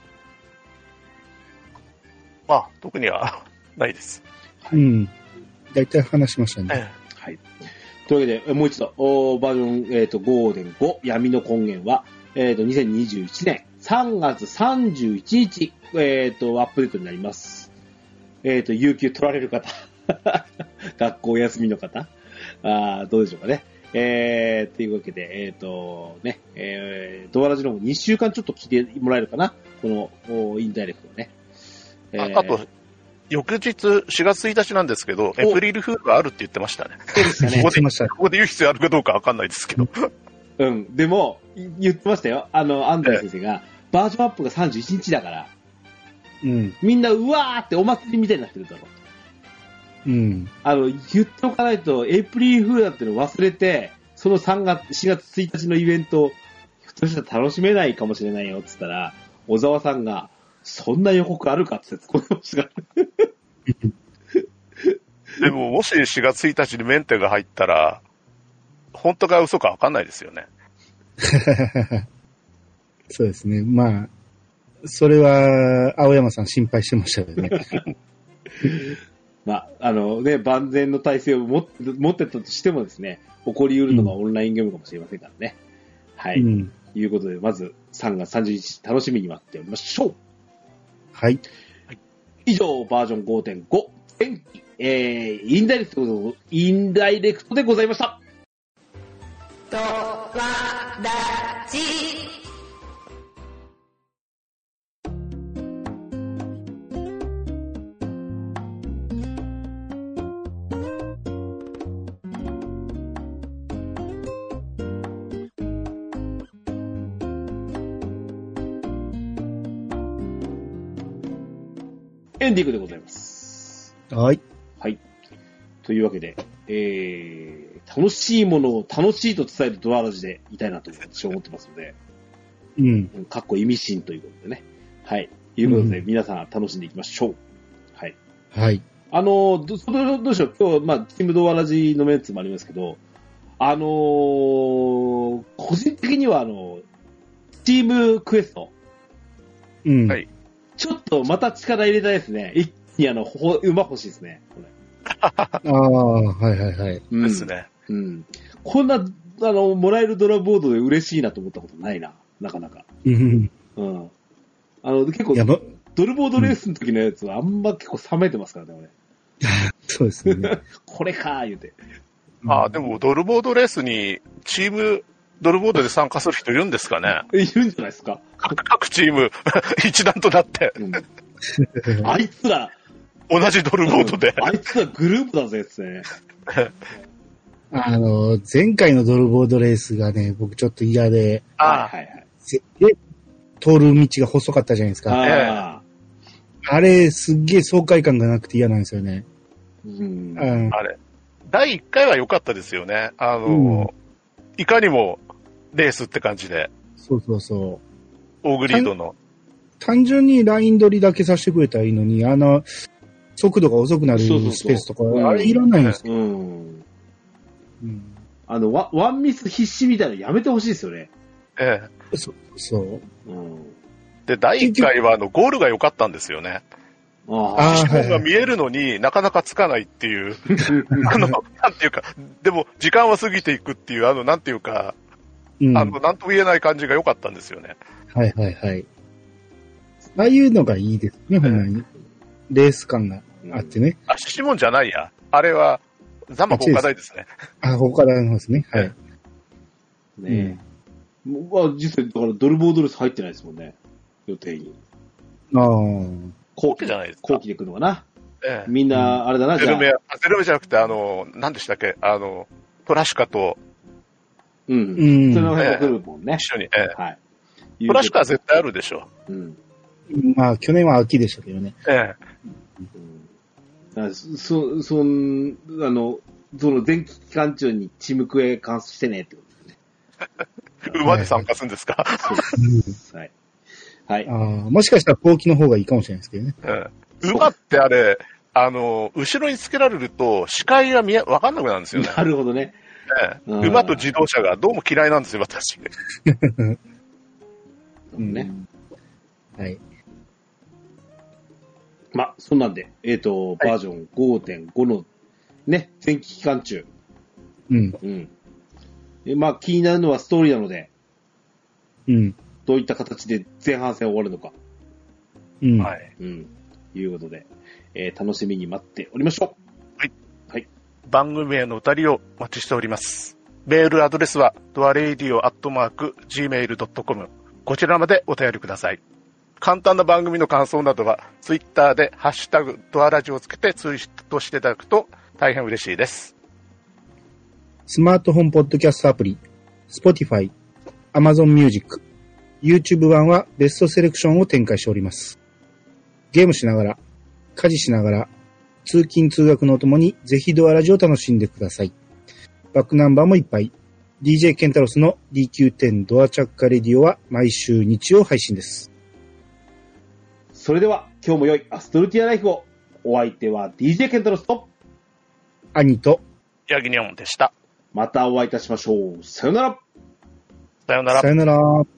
C: まあ、特にはないです。
B: 大体話しましたね。
A: はい。というわけで、もう一度、バージョン、5.5 闇の根源は、2021年3月31日、アップデートになります。有給取られる方、学校休みの方、どうでしょうかね。というわけで、ドアラジの方2週間ちょっと聞いてもらえるかな、このインダイレクトをね。
C: あと、翌日4月1日なんですけど、エプリルフールがあるって言ってましたね。
A: そうでしたね。
C: ここで言う必要あるかどうかわかんないですけど。
A: でも、言ってましたよ。アンドレ先生が、バージョンアップが31日だから、みんな、うわーってお祭りみたいになってるだろう。言っておかないと、エイプリルフールだってのを忘れて、その4月1日のイベントを、ひょっとしたら楽しめないかもしれないよって言ったら、小沢さんが、そんな予告あるかって突っ込んでましたから。
C: でも、もし4月1日にメンテが入ったら、本当か嘘か分かんないですよね。
B: そうですね。まあ、それは、青山さん心配してましたよね。
A: まあ、万全の体制を持ってたとしてもですね、起こり得るのがオンラインゲームかもしれませんからね。はい。いうことで、まず3月31日楽しみに待っておりましょう。
B: はい。
A: 以上、バージョン 5.5 前期、インダイレクトでございました。
E: ドワラジ
A: エンディングでございます。
B: はい。
A: はい。というわけで、楽しいものを楽しいと伝えるドアラジでいたいなと私は思ってますので、かっこ意味深ということでね。はい。いうことで、皆さん楽しんでいきましょう。はい。
B: はい。
A: どうしよう。今日、まあ、チームドアラジのメンツもありますけど、個人的にはチームクエスト。
C: はい。
A: ちょっとまた力入れたいですね。一気に馬欲しいですね。これ
B: はいはいはい。
C: ですね。
A: こんな、もらえるドラボードで嬉しいなと思ったことないな。なかなか。結構、ドルボードレースの時のやつはあんま結構冷めてますからね、俺。
B: そうですね。
A: これかー言うて。
C: でもドルボードレースにチーム、ドルボードで参加する人いるんですかね？
A: いるんじゃないですか。
C: 各チーム一段となって。
A: あいつら、
C: 同じドルボードで。
A: あいつらグループだぜってね。
B: 前回のドルボードレースがね、僕ちょっと嫌で、 で、通る道が細かったじゃないですか。あれ、すっげえ爽快感がなくて嫌なんですよね。
C: あれ、第1回は良かったですよね。いかにもレースって感じで。
B: そうそうそう。
C: オーグリードの。
B: 単純にライン取りだけさせてくれたらいいのに、速度が遅くなるスペースとか、あれいらないんですよ。
A: ワンミス必死みたいなのやめてほしいですよね。
B: そう。
C: で、第1回はゴールが良かったんですよね。視点が見えるのになかなかつかないっていう、なんていうか、でも時間は過ぎていくっていう、なんていうか、なんとも言えない感じが良かったんですよね。
B: はいはいはい。ああいうのがいいですね、ほんまに。レース感があってね。
C: シモンじゃないや。あれは、ザマ放火台ですね。
B: 放火台の方ですね。はい。
A: ねえ。実際、だからドルボードレス入ってないですもんね。予定に。後期じゃないですか。後期で来るのかな。みんな、あれだな、
C: ゼルメじゃなくて、何でしたっけ、トラシカと、
A: その辺が来るもんね。
C: 一緒に。はい。トラシカは絶対あるでしょ。
B: まあ、去年は秋でしたけどね。
A: その前期期間中にチームクエ観測してねってことですね。
C: 馬で参加するんですか？
A: はい。はい。
B: もしかしたら後期の方がいいかもしれないですけどね。
C: 馬ってあれ、後ろにつけられると視界がわかんなくなるんですよね。
A: なるほどね。
C: 馬と自動車がどうも嫌いなんですよ、私。
A: ね。
B: はい。
A: そんなんで、バージョン 5.5 のね、前期期間中。気になるのはストーリーなので、どういった形で前半戦終わるのか。はい。いうことで、楽しみに待っておりましょう。
C: はい。はい。番組へのお便りをお待ちしております。メールアドレスは、doaradio@gmail.com。こちらまでお便りください。簡単な番組の感想などは、ツイッターでハッシュタグドアラジをつけてツイートしていただくと大変嬉しいです。
B: スマートフォンポッドキャストアプリ、Spotify、Amazon Music、YouTube 版はベストセレクションを展開しております。ゲームしながら、家事しながら、通勤通学のともにぜひドアラジを楽しんでください。バックナンバーもいっぱい。DJ ケンタロスの DQ10 ドアチャッカレディオは毎週日曜配信です。
A: それでは今日も良いアストルティアライフを。お相手は DJ ケンタロスと
B: 兄と
C: ヤギニョンでした。
A: またお会いいたしましょう。さよなら。
C: さよなら。
B: さよなら。